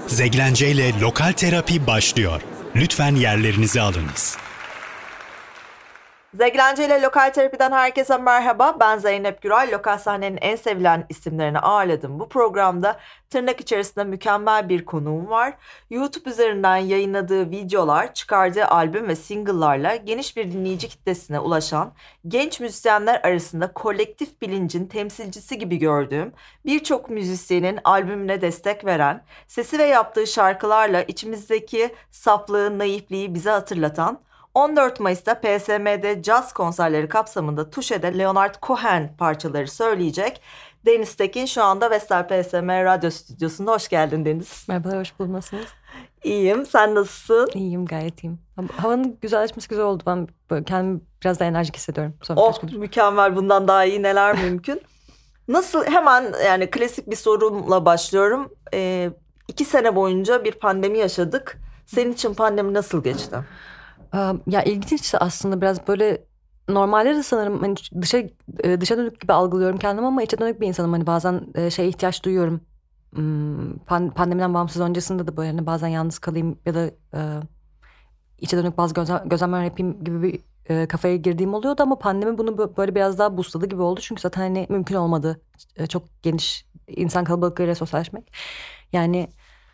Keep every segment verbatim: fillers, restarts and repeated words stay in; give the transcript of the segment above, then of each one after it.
Zeglence ile Lokal Terapi başlıyor. Lütfen yerlerinizi alınız. Zeglence ile Lokal Terapi'den herkese merhaba. Ben Zeynep Güray. Lokal sahnenin en sevilen isimlerini ağırladım. Bu programda tırnak içerisinde mükemmel bir konuğum var. YouTube üzerinden yayınladığı videolar, çıkardığı albüm ve single'larla geniş bir dinleyici kitlesine ulaşan, genç müzisyenler arasında kolektif bilincin temsilcisi gibi gördüğüm, birçok müzisyenin albümüne destek veren, sesi ve yaptığı şarkılarla içimizdeki saflığı, naifliği bize hatırlatan, on dört Mayıs'ta P S M'de caz konserleri kapsamında Tuşe'de Leonard Cohen parçaları söyleyecek Deniz Tekin şu anda Vestel P S M Radyo Stüdyosu'nda. Hoş geldin Deniz. Merhaba, hoş bulmasınız. İyiyim, sen nasılsın? İyiyim, gayet iyiyim. Havanın güzelleşmesi güzel oldu. Ben böyle kendimi biraz daha enerjik hissediyorum. Son oh mükemmel, bundan daha iyi neler mümkün. Nasıl, hemen yani klasik bir sorumla başlıyorum. Ee, iki sene boyunca bir pandemi yaşadık. Senin için pandemi nasıl geçti? Ya ilginç aslında, biraz böyle normalde de sanırım hani dışa dışa dönük gibi algılıyorum kendimi ama içe dönük bir insanım. Hani bazen şeye ihtiyaç duyuyorum. Pandemiden bağımsız öncesinde de böyle hani bazen yalnız kalayım ya da e, içe dönük bazı gözlem, gözlemler yapayım gibi bir e, kafaya girdiğim oluyordu ama pandemi bunu böyle biraz daha boostladı gibi oldu. Çünkü zaten hani mümkün olmadı e, çok geniş insan kalabalıklarıyla sosyalleşmek. Yani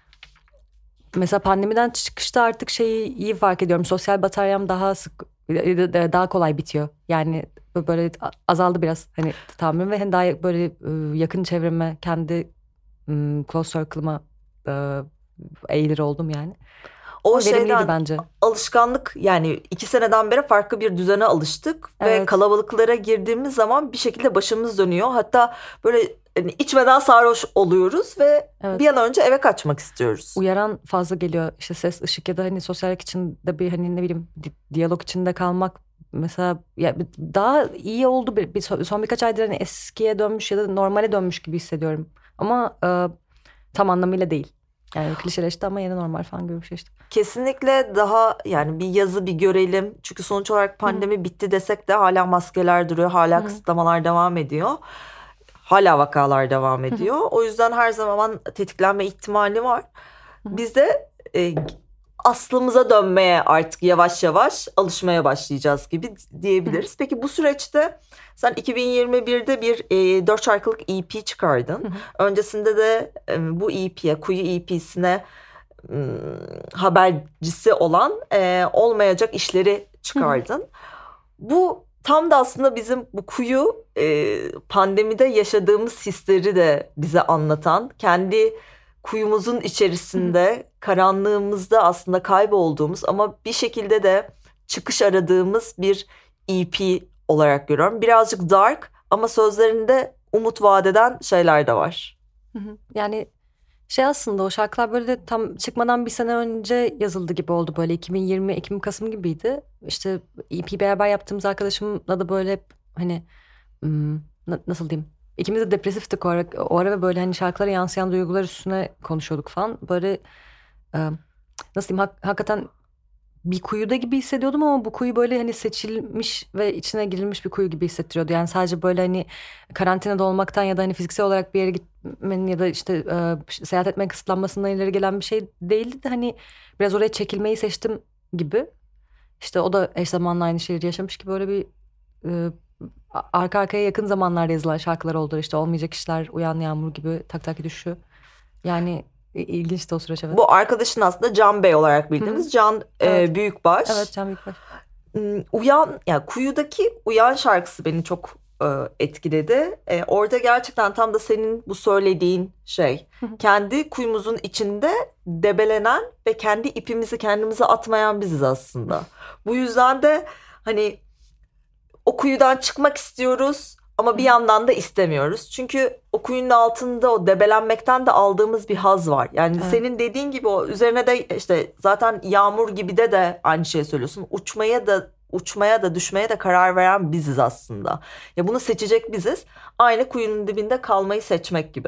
mesela pandemiden çıkışta artık şeyi iyi fark ediyorum. Sosyal bataryam daha sık, daha kolay bitiyor. Yani böyle azaldı biraz hani tahammülüm ve hani daha böyle yakın çevreme, kendi close circle'ıma eğilir oldum yani. O, o şeyden bence. Alışkanlık, yani iki seneden beri farklı bir düzene alıştık. Evet. Ve kalabalıklara girdiğimiz zaman bir şekilde başımız dönüyor. Hatta böyle yani içmeden sarhoş oluyoruz ve evet, bir an önce eve kaçmak istiyoruz. Uyaran fazla geliyor, işte ses, ışık ya da hani sosyallik içinde bir hani ne bileyim di- diyalog içinde kalmak mesela ya daha iyi oldu. Bir, bir son birkaç aydır hani eskiye dönmüş ya da normale dönmüş gibi hissediyorum. Ama e, tam anlamıyla değil. Yani klişeleşti ama yine normal falan gibi bir şey işte. Kesinlikle daha yani bir yazı bir görelim. Çünkü sonuç olarak pandemi Hı. bitti desek de hala maskeler duruyor. Hala Hı. kısıtlamalar devam ediyor. Hala vakalar devam ediyor. Hı. O yüzden her zaman tetiklenme ihtimali var. Hı. Biz de e, aslımıza dönmeye artık yavaş yavaş alışmaya başlayacağız gibi diyebiliriz. Hı. Peki bu süreçte sen iki bin yirmi birde bir e, dört şarkılık E P çıkardın. Hı hı. Öncesinde de e, bu E P'ye, Kuyu E P'sine e, habercisi olan e, olmayacak işleri çıkardın. Hı hı. Bu tam da aslında bizim bu Kuyu e, pandemide yaşadığımız hisleri de bize anlatan, kendi kuyumuzun içerisinde, Hı. karanlığımızda aslında kaybolduğumuz ama bir şekilde de çıkış aradığımız bir E P olarak görüyorum. Birazcık dark ama sözlerinde umut vaat eden şeyler de var. Hı hı. Yani şey aslında o şarkılar böyle de tam çıkmadan bir sene önce yazıldı gibi oldu, böyle iki bin yirmi Ekim Kasım gibiydi. İşte E P beraber yaptığımız arkadaşımla da böyle hep hani hmm, nasıl diyeyim, İkimiz de depresiftik o ara, o ara ve böyle hani şarkılara yansıyan duygular üstüne konuşuyorduk falan. Böyle e, nasıl diyeyim, hak, hakikaten bir kuyuda gibi hissediyordum ama bu kuyu böyle hani seçilmiş ve içine girilmiş bir kuyu gibi hissettiriyordu. Yani sadece böyle hani karantinada olmaktan ya da hani fiziksel olarak bir yere gitmenin ya da işte e, seyahat etmenin kısıtlanmasından ileri gelen bir şey değildi de hani biraz oraya çekilmeyi seçtim gibi. İşte o da eş zamanlı aynı şeyi yaşamış ki böyle bir e, arka arkaya yakın zamanlarda yazılan şarkılar oldu. İşte Olmayacak İşler, Uyan Yağmur gibi, Tak Tak Düşü. Yani ilginçti o süreç, evet. Bu arkadaşın aslında Can Bey olarak bildiğimiz Hı. Can evet. e, Büyükbaş. Evet, Can Büyükbaş. Uyan, yani Kuyu'daki Uyan şarkısı beni çok e, etkiledi. E, orada gerçekten tam da senin bu söylediğin şey. Kendi kuyumuzun içinde debelenen ve kendi ipimizi kendimize atmayan biziz aslında. Bu yüzden de hani o kuyudan çıkmak istiyoruz ama bir yandan da istemiyoruz. Çünkü o kuyunun altında o debelenmekten de aldığımız bir haz var. Yani evet. Senin dediğin gibi o üzerine de işte zaten Yağmur gibi de de aynı şeyi söylüyorsun. Uçmaya da uçmaya da düşmeye de karar veren biziz aslında. Ya bunu seçecek biziz. Aynı kuyunun dibinde kalmayı seçmek gibi.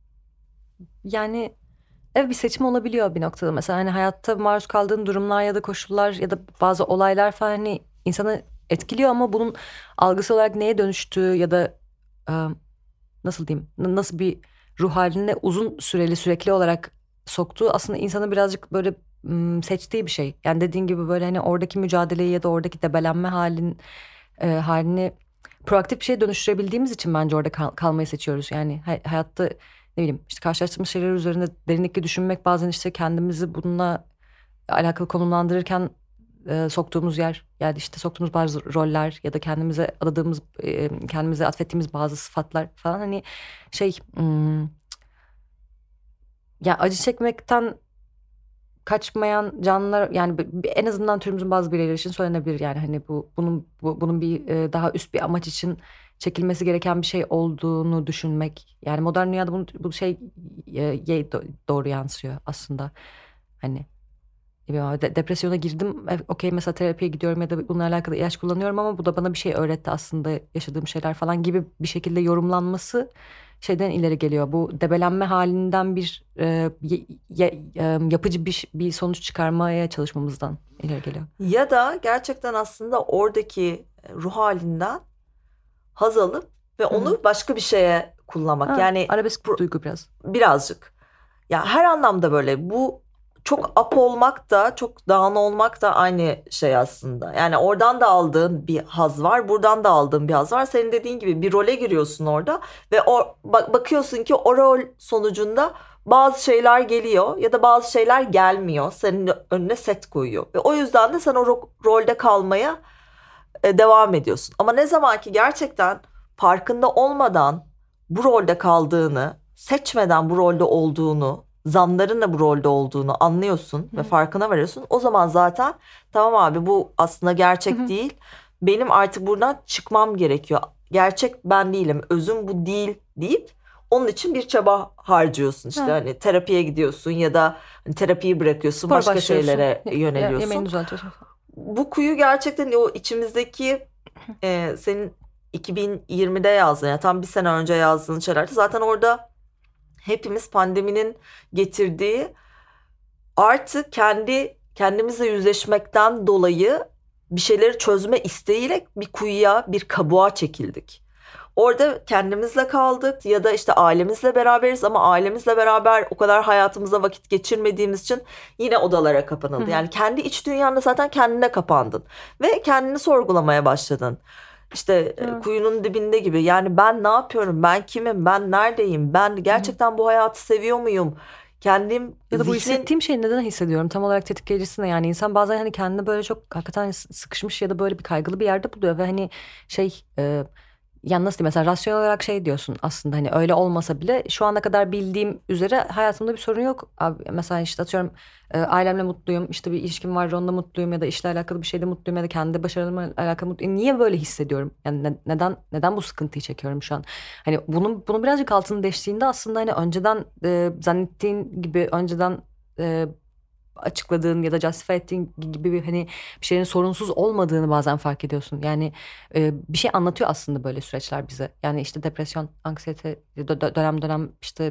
Yani evet, bir seçim olabiliyor bir noktada. Mesela hani hayatta maruz kaldığın durumlar ya da koşullar ya da bazı olaylar falan hani insanı etkiliyor ama bunun algısal olarak neye dönüştüğü ya da e, nasıl diyeyim, nasıl bir ruh haline uzun süreli sürekli olarak soktuğu aslında insanı birazcık böyle m, seçtiği bir şey. Yani dediğin gibi böyle hani oradaki mücadeleyi ya da oradaki debelenme halin e, halini proaktif bir şeye dönüştürebildiğimiz için bence orada kal- kalmayı seçiyoruz. Yani hay- hayatta ne bileyim işte karşılaştığımız şeyler üzerinde derinlikli düşünmek, bazen işte kendimizi bununla alakalı konumlandırırken e, soktuğumuz yer, yani işte soktuğumuz bazı roller ya da kendimize adadığımız e, kendimize atfettiğimiz bazı sıfatlar falan, hani şey hmm, ya acı çekmekten kaçmayan canlılar, yani b- b- en azından türümüzün bazı bireyleri için söylenebilir. Yani hani bu bunun bu- bunun bir e, daha üst bir amaç için çekilmesi gereken bir şey olduğunu düşünmek. Yani modern dünyada bunu, bu şey e, ye do- doğru yansıyor aslında. Hani ne bileyim abi, de- depresyona girdim. E, Okey, mesela terapiye gidiyorum ya da bununla alakalı ilaç kullanıyorum ama bu da bana bir şey öğretti aslında, yaşadığım şeyler falan gibi bir şekilde yorumlanması şeyden ileri geliyor. Bu debelenme halinden bir e, ye- ye- e, yapıcı bir, bir sonuç çıkarmaya çalışmamızdan ileri geliyor. Ya da gerçekten aslında oradaki ruh halinden haz alıp ve Hı hı. onu başka bir şeye kullanmak. Ha, Yani arabesk bir pro- duygu biraz. birazcık. Ya her anlamda böyle. Bu çok up olmak da çok down olmak da aynı şey aslında. Yani oradan da aldığın bir haz var, buradan da aldığın bir haz var. Senin dediğin gibi bir role giriyorsun orada ve o bak, bakıyorsun ki o rol sonucunda bazı şeyler geliyor ya da bazı şeyler gelmiyor. Senin önüne set koyuyor ve o yüzden de sen o ro- rolde kalmaya e, devam ediyorsun. Ama ne zaman ki gerçekten farkında olmadan bu rolde kaldığını, seçmeden bu rolde olduğunu, zanların da bu rolde olduğunu anlıyorsun ve Hı. farkına varıyorsun. O zaman zaten tamam abi, bu aslında gerçek Hı hı. değil. Benim artık buradan çıkmam gerekiyor. Gerçek ben değilim, özüm bu değil deyip onun için bir çaba harcıyorsun. İşte Ha. hani terapiye gidiyorsun ya da hani terapiyi bırakıyorsun, Spora başka başlıyorsun. şeylere Ye- ye- yöneliyorsun. yemeğini düzeltiyorsun. Bu kuyu gerçekten o içimizdeki e, senin iki bin yirmide yazdığın, yani tam bir sene önce yazdığın şeylerdi. Zaten orada hepimiz pandeminin getirdiği artık kendi kendimizle yüzleşmekten dolayı bir şeyleri çözme isteğiyle bir kuyuya, bir kabuğa çekildik. Orada kendimizle kaldık ya da işte ailemizle beraberiz ama ailemizle beraber o kadar hayatımıza vakit geçirmediğimiz için yine odalara kapanıldı. Hı hı. Yani kendi iç dünyanda zaten kendine kapandın ve kendini sorgulamaya başladın. İşte e, Evet. kuyunun dibinde gibi, yani ben ne yapıyorum, ben kimim, ben neredeyim, ben gerçekten bu hayatı seviyor muyum? Kendim, Ya da bu zihnin hissettiğim şeyi neden hissediyorum? Tam olarak tetikleyicisi ne? Yani insan bazen hani kendini böyle çok hakikaten sıkışmış ya da böyle bir kaygılı bir yerde buluyor ve hani şey e, yani nasıl diyeyim, mesela rasyonel olarak şey diyorsun aslında, hani öyle olmasa bile şu ana kadar bildiğim üzere hayatımda bir sorun yok. Abi, mesela işte atıyorum e, ailemle mutluyum, işte bir ilişkim var onunla mutluyum ya da işle alakalı bir şeyde mutluyum ya da kendi başarılarımla alakalı mutluyum. E, niye böyle hissediyorum? Yani ne- neden neden bu sıkıntıyı çekiyorum şu an? Hani bunun bunu birazcık altını deştiğinde aslında hani önceden e, zannettiğin gibi, önceden e, açıkladığın ya da justify ettiğin gibi bir hani bir şeylerin sorunsuz olmadığını bazen fark ediyorsun. Yani e, bir şey anlatıyor aslında böyle süreçler bize. Yani işte depresyon, anksiyete, dö- dö- dönem dönem işte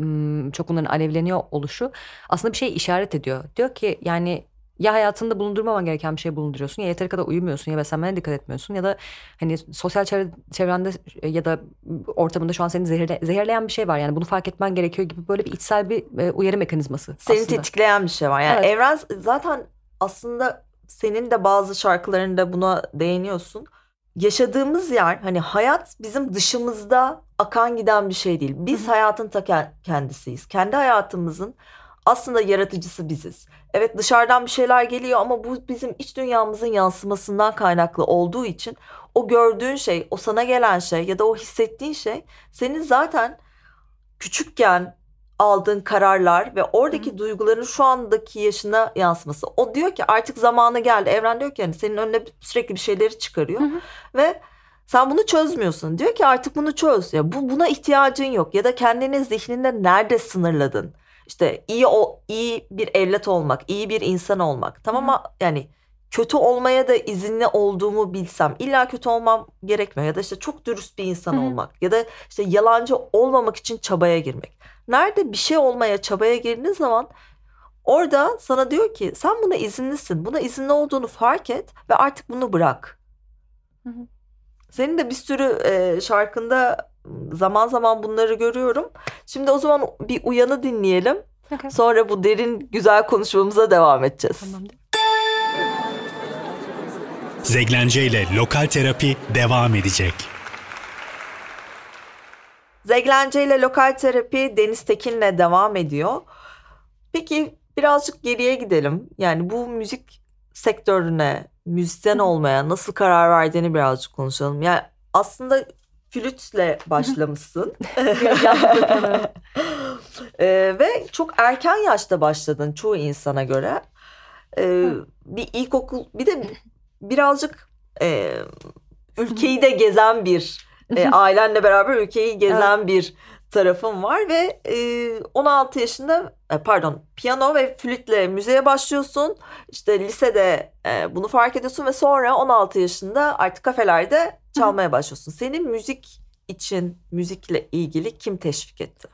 m, çok bunların alevleniyor oluşu aslında bir şey işaret ediyor. Diyor ki yani ya hayatında bulundurmaman gereken bir şey bulunduruyorsun, ya yeteri kadar uyumuyorsun, ya beslenmene dikkat etmiyorsun ya da hani sosyal çevre, çevrende ya da ortamında şu an seni zehirle, zehirleyen bir şey var. Yani bunu fark etmen gerekiyor gibi böyle bir içsel bir e, uyarı mekanizması seni aslında. tetikleyen bir şey var. Yani Evet. evren zaten aslında, senin de bazı şarkılarında buna değiniyorsun. Yaşadığımız yer, hani hayat bizim dışımızda akan giden bir şey değil. Biz Hı hı. hayatın ta ke- kendisiyiz. Kendi hayatımızın aslında yaratıcısı biziz. Evet, dışarıdan bir şeyler geliyor ama bu bizim iç dünyamızın yansımasından kaynaklı olduğu için o gördüğün şey, o sana gelen şey ya da o hissettiğin şey senin zaten küçükken aldığın kararlar ve Hı hı. oradaki duyguların şu andaki yaşına yansıması. O diyor ki artık zamanı geldi. Evren diyor ki yani senin önüne sürekli bir şeyleri çıkarıyor Hı hı. ve sen bunu çözmüyorsun. Diyor ki artık bunu çöz. Ya bu buna ihtiyacın yok ya da kendini zihninde nerede sınırladın? İşte iyi o iyi bir evlat olmak, iyi bir insan olmak. Tamam Hı hı. ama yani kötü olmaya da izinli olduğumu bilsem illa kötü olmam gerekmiyor ya da işte çok dürüst bir insan Hı hı. olmak ya da işte yalancı olmamak için çabaya girmek. Nerede bir şey olmaya çabaya girdiğin zaman orada sana diyor ki sen buna izinlisin. Buna izinli olduğunu fark et ve artık bunu bırak. Hı hı. Senin de bir sürü e, şarkında zaman zaman bunları görüyorum. Şimdi o zaman bir Uyan'ı dinleyelim. Okay. Sonra bu derin güzel konuşmamıza devam edeceğiz. Tamamdır. Zeglence ile Lokal Terapi devam edecek. Zeglence ile Lokal Terapi Deniz Tekin'le devam ediyor. Peki birazcık geriye gidelim. Yani bu müzik sektörüne, müzisyen olmaya nasıl karar verdiğini birazcık konuşalım. Yani aslında flütle başlamışsın. ee, ve çok erken yaşta başladın çoğu insana göre. Ee, bir ilkokul, bir de birazcık e, ülkeyi de gezen bir, e, ailenle beraber ülkeyi gezen evet. bir tarafın var ve e, on altı yaşında e, pardon piyano ve flütle müziğe başlıyorsun. İşte lisede e, bunu fark ediyorsun ve sonra on altı yaşında artık kafelerde çalmaya başlıyorsun. Seni müzik için, müzikle ilgili kim teşvik etti?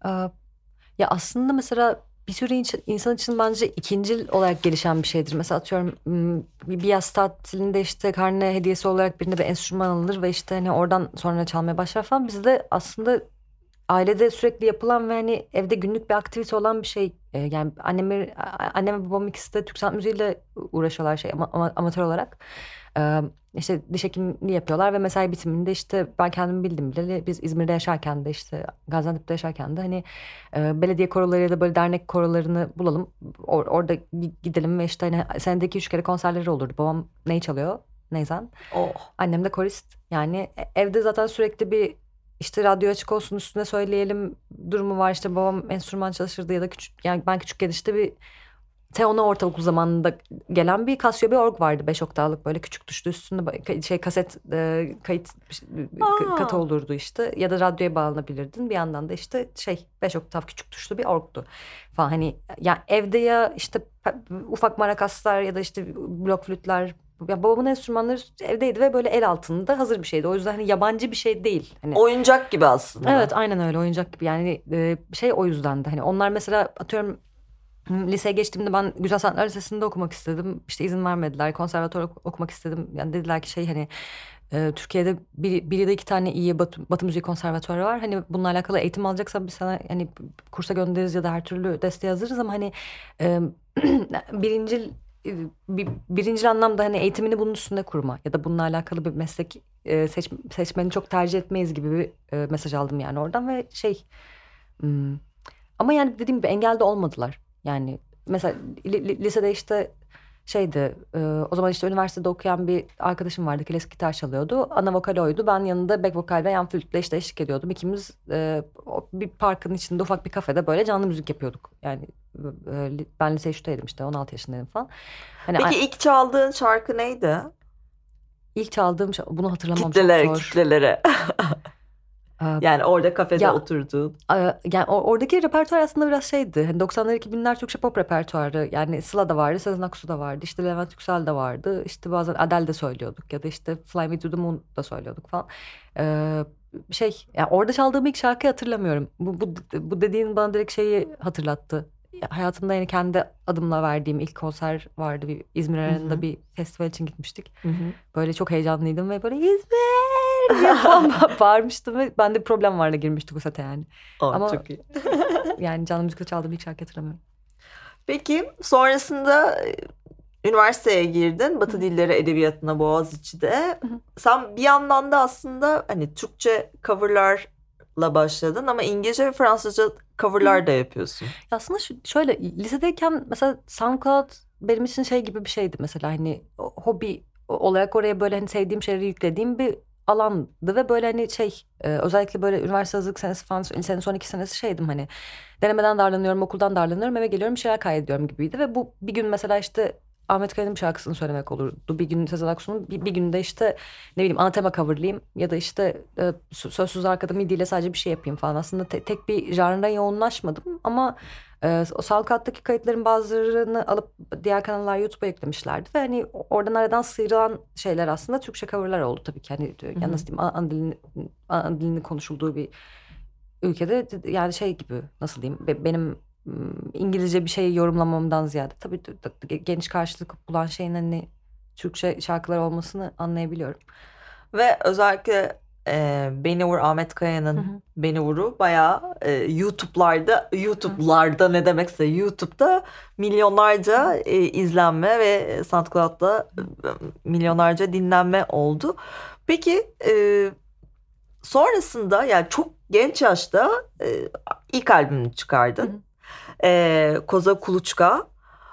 Ya aslında mesela bir sürü insan için bence ikincil olarak gelişen bir şeydir. Mesela atıyorum bir yaz tatilinde işte karne hediyesi olarak birine bir enstrüman alınır ve işte hani oradan sonra çalmaya başlar falan. Bizde aslında ailede sürekli yapılan ve hani evde günlük bir aktivite olan bir şey. Yani annem, annem ve babam ikisi de Türk sanat müziğiyle uğraşıyorlar şey ama, ama, amatör olarak. Ee, işte diş hekimliği yapıyorlar ve mesai bitiminde işte ben kendimi bildim bileli biz İzmir'de yaşarken de işte Gaziantep'te yaşarken de hani e, belediye koroları ya da böyle dernek korolarını bulalım. Or, orada gidelim ve işte hani senedeki üç kere konserleri olurdu. Babam ney çalıyor? Neyzen. Oh. Annem de korist. Yani evde zaten sürekli bir İşte radyo açık olsun üstüne söyleyelim durumu var. İşte babam enstrüman çalışırdı ya da küçük yani ben küçükken işte bir Teona ortaokul zamanında gelen bir Casio bir org vardı. Beş oktavlık böyle küçük tuşlu üstünde şey kaset e, kayıt Aa. katı olurdu işte. Ya da radyoya bağlanabilirdin. Bir yandan da işte şey beş oktav küçük tuşlu bir orgdu falan. Hani ya evde ya işte ufak marakaslar ya da işte blok flütler. Ya babamın enstrümanları evdeydi ve böyle el altında hazır bir şeydi. O yüzden hani yabancı bir şey değil. Hani, oyuncak gibi aslında. Evet aynen öyle oyuncak gibi. Yani e, şey o yüzden de hani onlar mesela atıyorum liseye geçtiğimde ben Güzel Sanatlar Lisesi'nde okumak istedim. İşte izin vermediler. Konservatuvar okumak istedim. Yani dediler ki şey hani e, Türkiye'de bir, bir ya da iki tane iyi Batı, Batı Müziği Konservatuvarı var. Hani bununla alakalı eğitim alacaksan biz sana hani kursa göndeririz ya da her türlü desteği hazırız ama hani e, birincil bir, birincil anlamda hani eğitimini bunun üstünde kurma ya da bununla alakalı bir meslek e, seç, seçmeni çok tercih etmeyiz gibi bir e, mesaj aldım yani oradan ve şey hmm, ama yani dediğim gibi engelde olmadılar. Yani mesela li, li, lisede işte şeydi e, o zaman işte üniversitede okuyan bir arkadaşım vardı. Klasik gitar çalıyordu. Ana vokal oydu. Ben yanında back vokal ve yan flütle işte eşlik ediyordum. İkimiz e, bir parkın içinde ufak bir kafede böyle canlı müzik yapıyorduk. Yani e, ben lise üçteydim işte on altı yaşındaydım falan. Hani Peki ilk çaldığın şarkı neydi? İlk çaldığım şarkı bunu hatırlamam kitlelere, çok zor. Kitlelere Yani orada kafede ya, oturduğun. Yani oradaki repertuar aslında biraz şeydi. Hani doksanlar iki binler Türkçe pop repertuarı. Yani Sıla da vardı, Sezen Aksu da vardı. İşte Levent Yüksel de vardı. İşte bazen Adele de söylüyorduk. Ya da işte Fly Me to the Moon da söylüyorduk falan. Ee, şey yani orada çaldığım ilk şarkıyı hatırlamıyorum. Bu, bu, bu dediğin bana direkt şeyi hatırlattı. Hayatımda yani kendi adımla verdiğim ilk konser vardı. Bir İzmir Arena'da bir festival için gitmiştik. Hı hı. Böyle çok heyecanlıydım ve böyle İzmir diye falan bağırmıştım ve bende bir problem varla girmiştik o sete yani. Oh, Ama çok iyi. Yani canlı müzikle çaldığım ilk şarkı hatırlamıyorum. Peki sonrasında üniversiteye girdin. Batı Dilleri Edebiyatı'na Boğaziçi'de. Hı hı. Sen bir yandan da aslında hani Türkçe coverlarla başladın ama İngilizce ve Fransızca coverlar da yapıyorsun. Ya aslında şu, şöyle lisedeyken mesela SoundCloud benim için şey gibi bir şeydi mesela hani hobi olarak oraya böyle hani sevdiğim şeyleri yüklediğim bir alandı ve böyle hani şey e, özellikle böyle üniversite hazırlık senesi falan lisenin son iki senesi şeydim hani denemeden darlanıyorum okuldan darlanıyorum eve geliyorum bir şeyler kaydediyorum gibiydi ve bu bir gün mesela işte Ahmet Kaya'nın bir şarkısını söylemek olurdu. Bir gün Sezen Aksu'nun bir, bir günde işte ne bileyim ana tema coverlayayım ya da işte e, sözsüz arkada midiyle sadece bir şey yapayım falan. Aslında te, tek bir janra yoğunlaşmadım ama e, o SoundCloud'daki kayıtların bazılarını alıp diğer kanallar YouTube'a yüklemişlerdi ve hani oradan aradan sıyrılan şeyler aslında Türkçe coverlar oldu tabii ki. Hani ya nasıl diyeyim ana dilini, ana dilini konuşulduğu bir ülkede yani şey gibi nasıl diyeyim benim İngilizce bir şey yorumlamamdan ziyade tabii geniş karşılık bulan şeyin hani Türkçe şarkılar olmasını anlayabiliyorum. Ve özellikle e, Beni Vur Ahmet Kaya'nın Hı hı. Beni Vur'u bayağı e, YouTube'larda YouTube'larda ne demekse YouTube'da milyonlarca e, izlenme ve SoundCloud'da e, milyonlarca dinlenme oldu. Peki e, sonrasında yani çok genç yaşta e, ilk albümünü çıkardın. Hı hı. E, Koza Kuluçka.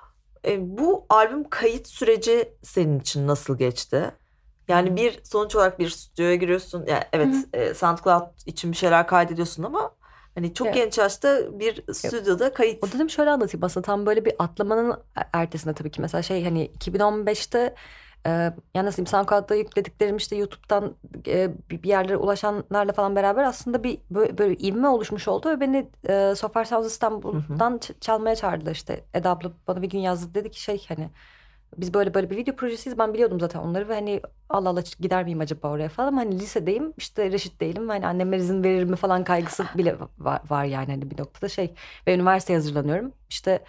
E, bu albüm kayıt süreci senin için nasıl geçti? Yani Hmm. bir sonuç olarak bir stüdyoya giriyorsun. Yani evet, Hı e, SoundCloud için bir şeyler kaydediyorsun ama hani çok Ya, genç yaşta bir stüdyoda kayıt. o dedim şöyle anlatayım aslında tam böyle bir atlamanın ertesinde tabii ki mesela şey hani iki bin on beşte e, yani nasıl diyeyim SoundCloud'da yüklediklerim işte YouTube'dan e, bir bir yerlere ulaşanlarla falan beraber aslında bir böyle, böyle ivme oluşmuş oldu ve beni e, Sofar Sounds İstanbul'dan ç- çalmaya çağırdılar işte Eda abla bana bir gün yazdı dedi ki şey hani biz böyle böyle bir video projesiyiz. Ben biliyordum zaten onları ve hani Allah Allah gider miyim acaba oraya falan. Ama hani lisedeyim işte reşit değilim. Hani annemler izin verir mi falan kaygısı bile var, var yani hani bir noktada şey. Ve üniversiteye hazırlanıyorum. İşte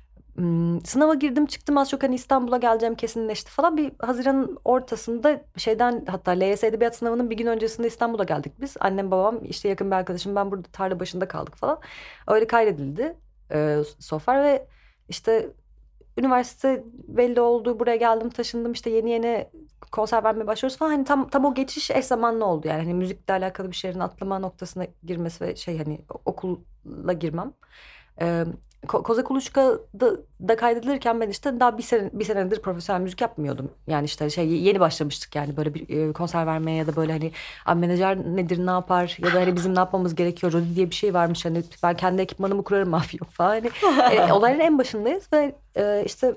ım, sınava girdim çıktım az çok hani İstanbul'a geleceğim kesinleşti falan. Bir Haziran'ın ortasında şeyden hatta L Y S Edebiyat sınavının bir gün öncesinde İstanbul'a geldik biz. Annem babam işte yakın bir arkadaşım ben burada tarla başında kaldık falan. Öyle kaydedildi e, Sofar ve işte üniversite belli oldu. Buraya geldim, taşındım. İşte yeni yeni konser vermeye başlıyoruz falan. Hani tam tam o geçiş eş zamanlı oldu yani. Hani müzikle alakalı bir şeylerin atlama noktasına girmesi ve şey hani okulla girmem. Ee, Ko- Koza Kuluçka'da da kaydedilirken ben işte daha bir sene bir senedir profesyonel müzik yapmıyordum. Yani işte şey yeni başlamıştık yani böyle bir e, konser vermeye ya da böyle hani abi menajer nedir ne yapar ya da hani bizim ne yapmamız gerekiyor Rodi diye bir şey varmış hani ben kendi ekipmanımı kurarım abi yok falan hani e, olayların en başındayız ve e, işte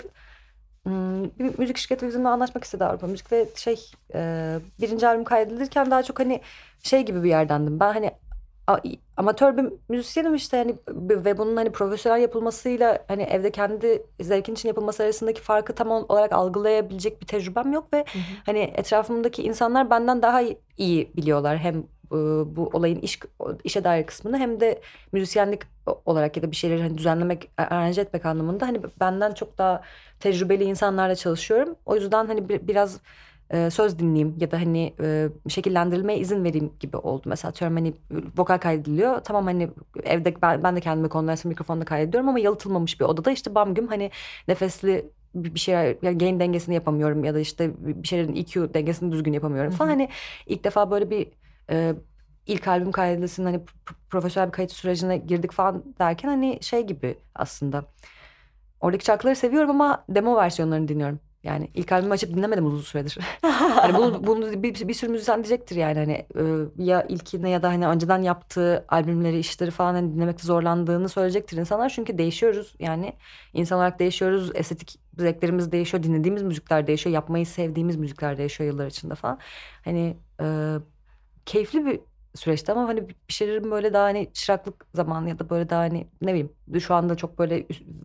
hmm, bir müzik şirketi bizimle anlaşmak istedi Avrupa Müzik ve şey e, birinci albüm kaydedilirken daha çok hani şey gibi bir yerdendim ben hani a- amatör bir müzisyenim işte hani ve bunun hani profesyonel yapılmasıyla hani evde kendi zevkin için yapılması arasındaki farkı tam olarak algılayabilecek bir tecrübem yok ve Hı hı. hani etrafımdaki insanlar benden daha iyi biliyorlar hem e, bu olayın iş işe dair kısmını hem de müzisyenlik olarak ya da bir şeyleri hani düzenlemek, aranje etmek anlamında hani benden çok daha tecrübeli insanlarla çalışıyorum. O yüzden hani bir, biraz e, söz dinleyeyim ya da hani e, şekillendirilmeye izin vereyim gibi oldu. Mesela atıyorum hani vokal kaydediliyor. Tamam hani evde ben, ben de kendimi kondense mikrofonla kaydediyorum ama yalıtılmamış bir odada işte bam güm hani nefesli bir bir şeyler yani gain dengesini yapamıyorum ya da işte bir şeylerin E Q dengesini düzgün yapamıyorum Hı falan. hı. Hani ilk defa böyle bir e, ilk albüm kaydedilsin hani p- profesyonel bir kayıt sürecine girdik falan derken hani şey gibi aslında. Oradaki şarkıları seviyorum ama demo versiyonlarını dinliyorum. Yani ilk albümü açıp dinlemedim uzun süredir. Hani bunu, bunu bir, bir sürü müzisyen diyecektir yani hani e, ya ilkine ya da hani önceden yaptığı albümleri işleri falan hani dinlemekte zorlandığını söyleyecektir insanlar. Çünkü değişiyoruz yani insan olarak değişiyoruz. Estetik zevklerimiz değişiyor. Dinlediğimiz müzikler değişiyor. Yapmayı sevdiğimiz müzikler değişiyor yıllar içinde falan. Hani e, keyifli bir süreçti ama hani bir şeylerin böyle daha hani çıraklık zamanı ya da böyle daha hani ne bileyim şu anda çok böyle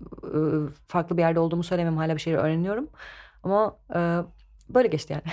üs- e, farklı bir yerde olduğumu söylemem hala bir şeyler öğreniyorum ama e, böyle geçti yani.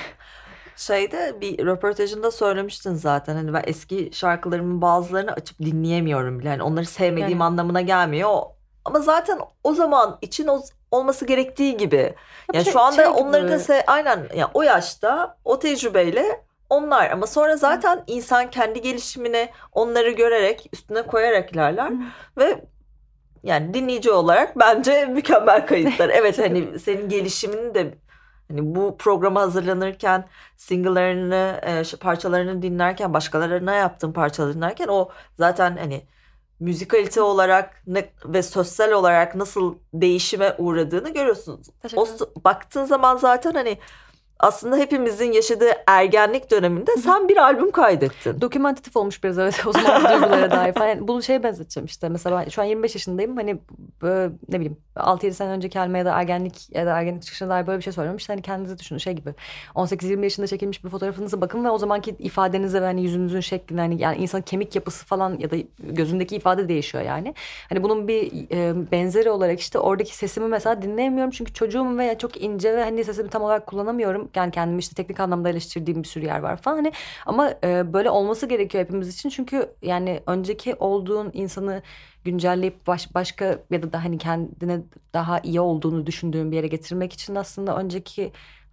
Şeyde bir röportajında söylemiştin zaten hani ben eski şarkılarımın bazılarını açıp dinleyemiyorum bile. Hani onları sevmediğim Yani anlamına gelmiyor. O- Ama zaten o zaman için o, olması gerektiği gibi. bir Yani şu şey, anda şey onları da gibi se aynen ya o yaşta o tecrübeyle onlar ama sonra Hı, zaten insan kendi gelişimini onları görerek üstüne koyarak ilerler hı. ve yani dinleyici olarak bence mükemmel kayıtlar. Evet Teşekkür ederim. hani senin gelişimini de hani bu programa hazırlanırken single'larını, e, ş- parçalarını dinlerken, başkalarına yaptığın parçaları dinlerken o zaten hani müzikalite olarak ne, ve sosyal olarak nasıl değişime uğradığını görüyorsun. O Teşekkür ederim. s- baktığın zaman zaten hani aslında hepimizin yaşadığı ergenlik döneminde Hı hı. sen bir albüm kaydettin. Dokümantatif olmuş biraz evet o zamanki duygulara dair falan. Yani bunu şeye benzeteceğim işte mesela ben şu an yirmi beş yaşındayım hani böyle, ne bileyim altı yedi sene önceki halime ya da ergenlik ya da ergenlik çıkışına dair böyle bir şey söylüyorum. İşte hani kendinizi düşünün şey gibi on sekiz yirmi yaşında çekilmiş bir fotoğrafınıza bakın ve o zamanki ifadenize ve hani yüzünüzün şekline hani yani insanın kemik yapısı falan ya da gözündeki ifade değişiyor yani. Hani bunun bir e, benzeri olarak işte oradaki sesimi mesela dinleyemiyorum çünkü çocuğum ve çok ince ve hani sesimi tam olarak kullanamıyorum. Yani kendimi işte teknik anlamda eleştirdiğim bir sürü yer var falan hani ama e, böyle olması gerekiyor hepimiz için. Çünkü yani önceki olduğun insanı güncelleyip baş, başka ya da, da hani kendine daha iyi olduğunu düşündüğün bir yere getirmek için aslında önceki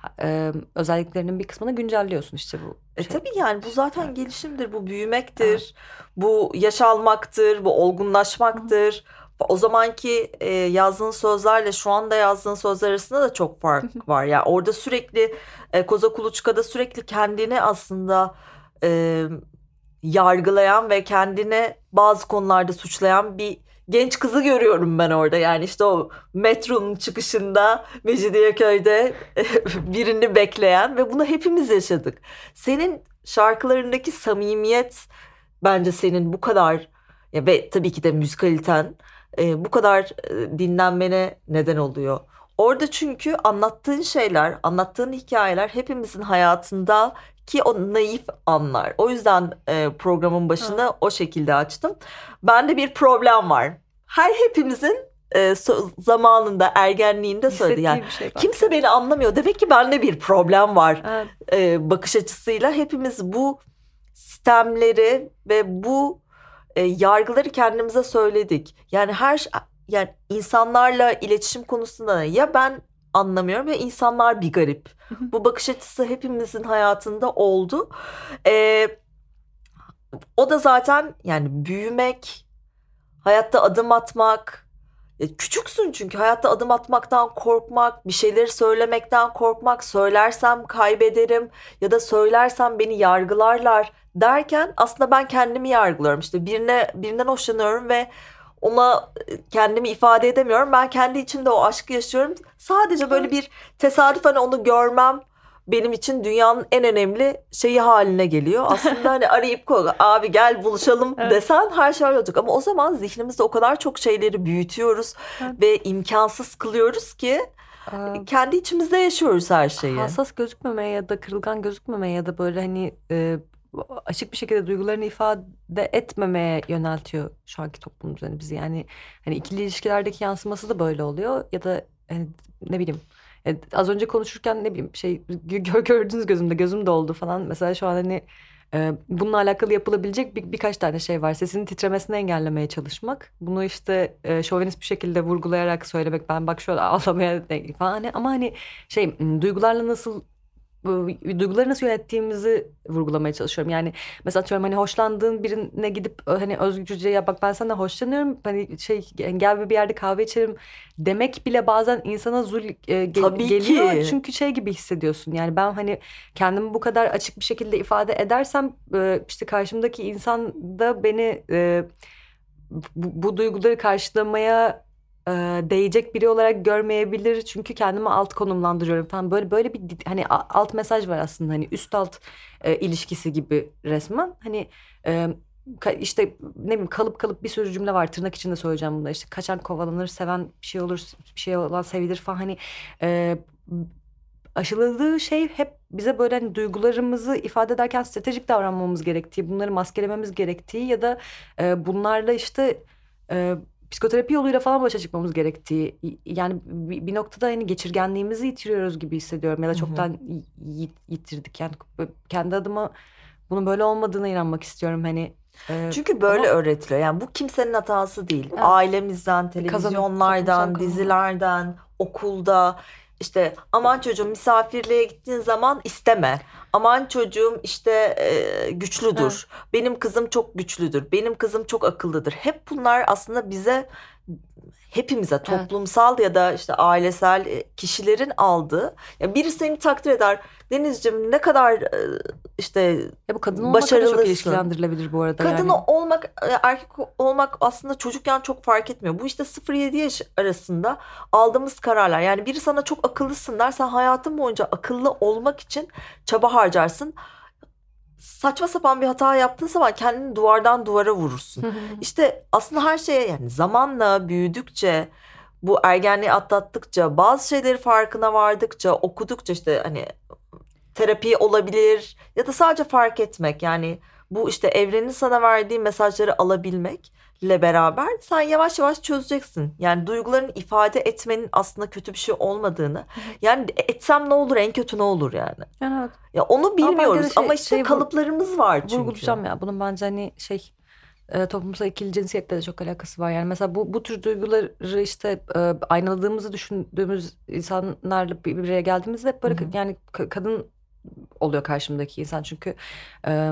e, özelliklerinin bir kısmını güncelliyorsun işte bu E şey. tabii yani bu zaten Evet. gelişimdir, bu büyümektir, bu yaş almaktır, bu olgunlaşmaktır. O zamanki e, yazdığın sözlerle şu anda yazdığın sözler arasında da çok fark var. Yani orada sürekli e, Koza Kuluçka'da sürekli kendini aslında e, yargılayan ve kendine bazı konularda suçlayan bir genç kızı görüyorum ben orada. Yani işte o metronun çıkışında Mecidiyeköy'de birini bekleyen ve bunu hepimiz yaşadık. Senin şarkılarındaki samimiyet bence senin bu kadar ya ve tabii ki de müzikaliten e, bu kadar e, dinlenmene neden oluyor. Orada çünkü anlattığın şeyler, anlattığın hikayeler hepimizin hayatında ki o naif anlar. O yüzden e, programın başını Ha. o şekilde açtım. Bende bir problem var. Her hepimizin e, so- zamanında ergenliğinde söyledi. Hissettiği Yani bir şey var. kimse beni anlamıyor. Demek ki bende bir problem var. Evet. E, bakış açısıyla hepimiz bu sistemleri ve bu e, yargıları kendimize söyledik. Yani her ş- yani insanlarla iletişim konusunda ya ben anlamıyorum ya insanlar bir garip. Bu bakış açısı hepimizin hayatında oldu. E, o da zaten yani büyümek, hayatta adım atmak. E, Küçüksün çünkü hayatta adım atmaktan korkmak, bir şeyleri söylemekten korkmak, söylersem kaybederim ya da söylersem beni yargılarlar derken aslında ben kendimi yargılıyorum. İşte birine birinden hoşlanıyorum ve ona e, kendimi ifade edemiyorum. Ben kendi içimde o aşkı yaşıyorum. Sadece böyle bir tesadüf hani onu görmem benim için dünyanın en önemli şeyi haline geliyor. Aslında hani arayıp koy, abi gel buluşalım Evet. desen her şey olacak. Ama o zaman zihnimizde o kadar çok şeyleri büyütüyoruz Evet. ve imkansız kılıyoruz ki Aa, kendi içimizde yaşıyoruz her şeyi. hassas gözükmemeye ya da kırılgan gözükmemeye ya da böyle hani e, açık bir şekilde duygularını ifade etmemeye yöneltiyor şu anki toplum düzeni bizi. Yani hani ikili ilişkilerdeki yansıması da böyle oluyor ya da hani, ne bileyim e, az önce konuşurken ne bileyim şey gö- gördünüz gözümde gözüm doldu falan. Mesela şu an hani e, bununla alakalı yapılabilecek bir, birkaç tane şey var. Sesinin titremesini engellemeye çalışmak. Bunu işte e, şovenist bir şekilde vurgulayarak söylemek. Ben bak şöyle ağlamaya de- falan. Hani, ama hani şey m, duygularla nasıl bu duyguları nasıl yönettiğimizi vurgulamaya çalışıyorum. Yani mesela atıyorum hani hoşlandığın birine gidip ö- hani özgürce ya bak ben senden hoşlanıyorum. Hani şey gel bir yerde kahve içelim demek bile bazen insana zul e, gel- Tabii geliyor. ki. Çünkü şey gibi hissediyorsun. Yani ben hani kendimi bu kadar açık bir şekilde ifade edersem e, işte karşımdaki insan da beni e, bu, bu duyguları karşılamaya e, değecek biri olarak görmeyebilir. Çünkü kendimi alt konumlandırıyorum falan. Böyle böyle bir di- hani a- alt mesaj var aslında. Hani üst alt e, ilişkisi gibi resmen. Hani e, ka- işte ne bileyim kalıp kalıp bir sürü cümle var. Tırnak içinde söyleyeceğim bunu. İşte kaçan kovalanır, seven bir şey olur, bir şey olan sevilir falan. Hani e, aşıladığı şey hep bize böyle hani duygularımızı ifade ederken stratejik davranmamız gerektiği, bunları maskelememiz gerektiği ya da e, bunlarla işte e, psikoterapi yoluyla falan başa çıkmamız gerektiği. Y- Yani bir, bir noktada hani geçirgenliğimizi yitiriyoruz gibi hissediyorum ya da Hı hı. çoktan y- y- yitirdik. Yani kendi adıma bunun böyle olmadığına inanmak istiyorum hani. e, Çünkü böyle ama öğretiliyor. Yani bu kimsenin hatası değil. evet, Ailemizden, bir kazanım, toplumsal televizyonlardan, kazanım. dizilerden, okulda. İşte aman çocuğum misafirliğe gittiğin zaman isteme. Aman çocuğum işte e, Evet. güçlüdür. Benim kızım çok güçlüdür. Benim kızım çok akıllıdır. Hep bunlar aslında bize hepimize Evet. toplumsal ya da işte ailesel e, kişilerin aldığı. Ya biri seni takdir eder. Denizciğim ne kadar e, işte Ya bu kadın olmakla da çok başarılısın. ilişkilendirilebilir bu arada Kadın yani. olmak, e, erkek olmak aslında çocukken çok fark etmiyor. Bu işte sıfır yedi yaş arasında aldığımız kararlar. Yani biri sana çok akıllısın der, sen hayatın boyunca akıllı olmak için çaba harcarsın. Saçma sapan bir hata yaptığın zaman kendini duvardan duvara vurursun. İşte aslında her şeye yani zamanla büyüdükçe, bu ergenliği atlattıkça, bazı şeyleri farkına vardıkça, okudukça işte hani terapi olabilir ya da sadece fark etmek, yani bu işte evrenin sana verdiği mesajları alabilmekle beraber sen yavaş yavaş çözeceksin. Yani duygularını ifade etmenin aslında kötü bir şey olmadığını, yani etsem ne olur, en kötü ne olur yani. Yani evet. Ya onu Ama ben bilmiyoruz gene şey, ama işte şey vur- kalıplarımız var çünkü. vurgulayacağım ya. Bunun bence hani şey e, toplumsal ikili cinsiyetle de çok alakası var. Yani mesela bu bu tür duyguları işte e, aynaladığımızı düşündüğümüz insanlarla bir bir araya geldiğimizde hep böyle Hı hı. yani ka- kadın oluyor karşımdaki insan. Çünkü e,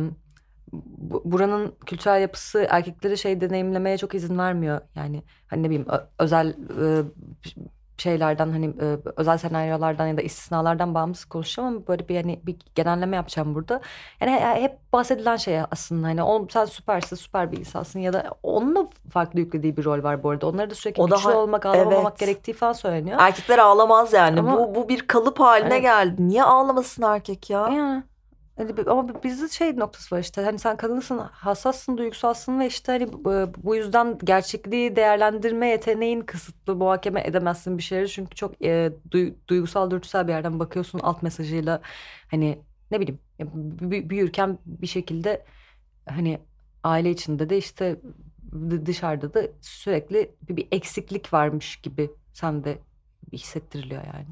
bu- buranın kültürel yapısı erkekleri şey deneyimlemeye çok izin vermiyor. Yani hani ne bileyim ö- özel e, şeylerden hani e, özel senaryolardan ya da istisnalardan bağımsız konuşacağım ama böyle bir hani bir genelleme yapacağım burada. Yani he- hep bahsedilen şey aslında hani o, sen süpersin, süper bir insansın ya da onun da farklı yüklediği bir rol var bu arada. Onları da sürekli O da güçlü ha- olmak, ağlamamak evet. gerektiği falan söyleniyor. Erkekler ağlamaz yani. Ama Bu bu bir kalıp haline hani geldi. Niye ağlamasın erkek ya? yani hani bi- ama bizde şey noktası var işte hani sen kadınsın, hassassın, duygusalsın ve işte hani bu, bu yüzden gerçekliği değerlendirme yeteneğin kısıtlı, muhakeme edemezsin bir şeyleri çünkü çok e, duy- duygusal, dürtüsel bir yerden bakıyorsun alt mesajıyla hani ne bileyim ya bü- büyürken bir şekilde hani aile içinde de işte dı- dışarıda da sürekli bir, bir eksiklik varmış gibi sende hissettiriliyor yani.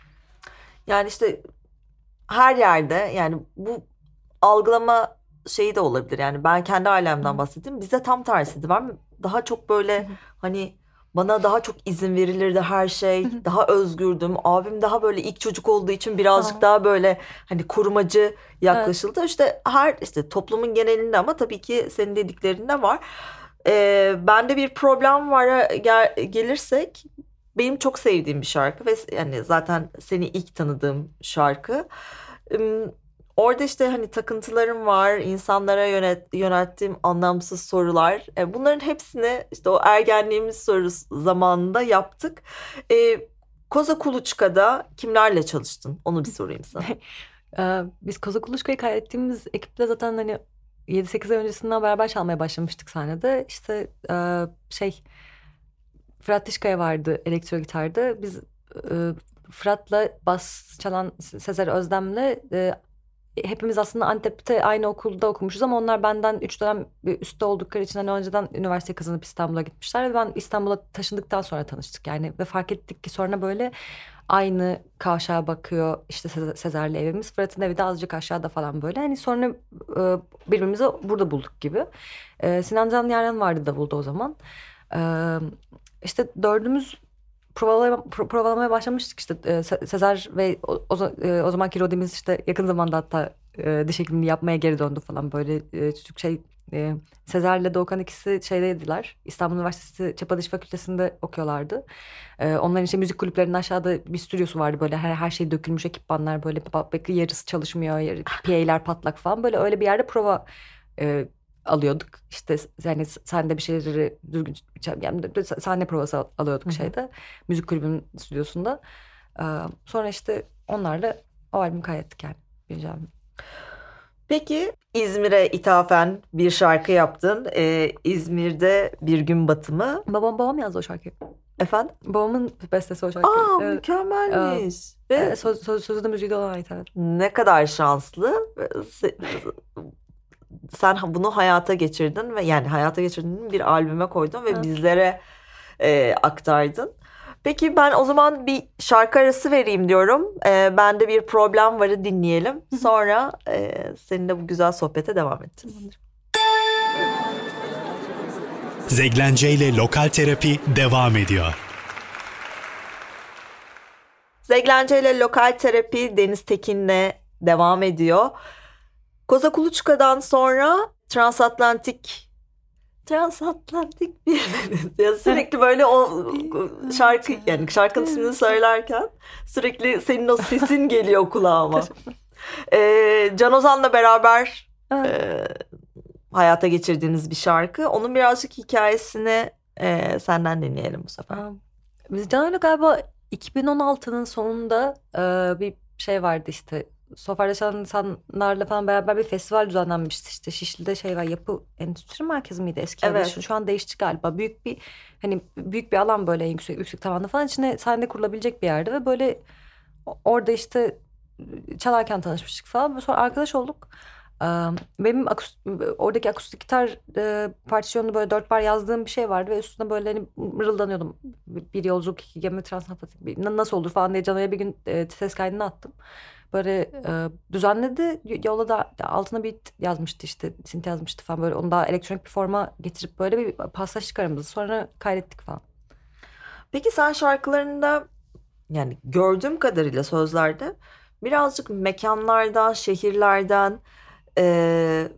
Yani işte her yerde yani bu algılama şeyi de olabilir. Yani ben kendi Hı ailemden hı. bahsedeyim. Bizde tam tersiydi. Ben daha çok Hı böyle hı. hani bana daha çok izin verilirdi her Hı şey. hı. Daha özgürdüm. Abim daha böyle ilk çocuk olduğu için birazcık Aa, daha böyle hani korumacı evet. yaklaşıldı. İşte her işte toplumun genelinde ama tabii ki senin dediklerinde var. Ee, bende bir problem var gel, gelirsek benim çok sevdiğim bir şarkı ve yani zaten seni ilk tanıdığım şarkı. Im, Orada işte hani takıntılarım var, insanlara yönet, yönelttiğim anlamsız sorular. E, bunların hepsini işte o ergenliğimiz sorusu zamanında yaptık. E, Koza Kuluçka'da kimlerle çalıştın? Onu bir sorayım sana. Ee, biz Koza Kuluçka'yı kaydettiğimiz ekiple zaten hani yedi sekiz ay öncesinden beraber çalmaya başlamıştık sahnede. İşte e, şey Fırat Dişkaya vardı elektro gitarda. Biz e, Fırat'la bas çalan Sezer Özdem'le e, hepimiz aslında Antep'te aynı okulda okumuşuz ama onlar benden üç dönem üstte oldukları için hani önceden üniversite kazanıp İstanbul'a gitmişler ve ben İstanbul'a taşındıktan sonra tanıştık yani ve fark ettik ki sonra böyle aynı kavşağa bakıyor işte Se- Sezer'le evimiz. Fırat'ın evi de azıcık aşağıda falan böyle. Hani sonra e, birbirimizi burada bulduk gibi. E, Sinan Can Yaren vardı davulda o zaman. E, işte dördümüz provalamaya, pro- provalamaya başlamıştık işte e, Se- Sezer ve o, o, za- e, o zamanki Rodimiz işte yakın zamanda hatta e, diş hekimliği yapmaya geri döndü falan böyle e, çocuk şey e, Sezer'le Doğukan ikisi şeydeydiler. İstanbul Üniversitesi Çapa Diş Fakültesi'nde okuyorlardı. E, onların işte müzik kulüplerinin aşağıda bir stüdyosu vardı böyle her, her şey dökülmüş ekipmanlar böyle ba- belki yarısı çalışmıyor yarı, P A'ler patlak falan böyle öyle bir yerde prova e, alıyorduk. İşte yani sen de bir şeyleri düzgün yani sahne provası al- alıyorduk Hı hı. şeyde müzik kulübünün stüdyosunda. Ee, sonra işte onlarla o albümü kaydettik yani. Birinci albüm. Peki İzmir'e ithafen bir şarkı yaptın. E, İzmir'de bir gün batımı. Babam babam yazdı o şarkıyı. Efendim? Babamın bestesi o şarkı. Aa, Evet. mükemmelmiş. Ee, Ve söz, söz, sözü de müziği de ona ait evet. ne kadar şanslı. Se- Sen bunu hayata geçirdin ve yani hayata geçirdiğin bir albüme koydun ve Evet. bizlere e, aktardın. Peki ben o zaman bir şarkı arası vereyim diyorum. E, bende bir problem varı dinleyelim. Sonra e, seninle bu güzel sohbete devam edeceğiz. Zeglence ile Lokal Terapi devam ediyor. Zeglence ile Lokal Terapi Deniz Tekin'le devam ediyor. Koza Kuluçka'dan sonra transatlantik transatlantik bir deniz. Ya sürekli böyle o şarkı yani şarkının ismini söylerken sürekli senin o sesin geliyor kulağıma. Ee, Can Ozan'la beraber Evet. e, hayata geçirdiğiniz bir şarkı. Onun birazcık hikayesini e, senden dinleyelim bu sefer. Aa, Biz Can'la galiba iki bin on altının sonunda e, bir şey vardı işte. Sofar'da çalan insanlarla falan beraber bir festival düzenlenmişti işte. Şişli'de şey var Yapı Endüstri Merkezi miydi eski adı? Evet. Şu, şu an değişti galiba. Büyük bir hani büyük bir alan böyle en yüksek yüksek tavanlı falan içine sahne kurulabilecek bir yerde ve böyle o- orada işte çalarken tanışmıştık falan. Sonra arkadaş olduk. Ee, Benim akus- oradaki akustik gitar e, partisyonunu böyle dört bar yazdığım bir şey vardı ve üstüne böyle hani mırıldanıyordum. Bir yolculuk, iki gemi, transatlantik bir- na- nasıl olur falan diye Cano'ya bir gün e, ses kaydını attım. Böyle e, düzenledi, yola da altına bir yazmıştı, işte synth yazmıştı falan, böyle onu daha elektronik bir forma getirip böyle bir paslaştık aramızda, sonra kaydettik falan. Peki sen şarkılarında, yani gördüğüm kadarıyla sözlerde birazcık mekanlardan, şehirlerden, eee,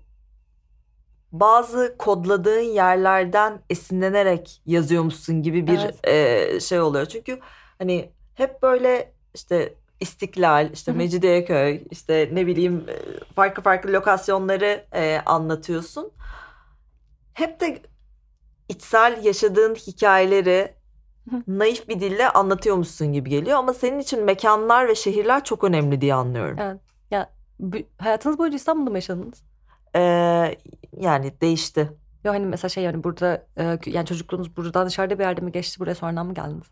bazı kodladığın yerlerden esinlenerek yazıyormuşsun gibi bir Evet. eee, şey oluyor. Çünkü hani hep böyle işte İstiklal, işte Hı hı. Mecidiyeköy, işte ne bileyim eee, farklı farklı lokasyonları eee, anlatıyorsun. Hep de içsel yaşadığın hikayeleri Hı hı. naif bir dille anlatıyormuşsun gibi geliyor, ama senin için mekanlar ve şehirler çok önemli diye anlıyorum. Evet. Ya bu- hayatınız boyunca İstanbul'da mı yaşadınız? Ee, Yani değişti. Yok hani mesela şey, yani burada e, yani çocukluğunuz buradan dışarıda bir yerde mi geçti, buraya sonradan mı geldiniz?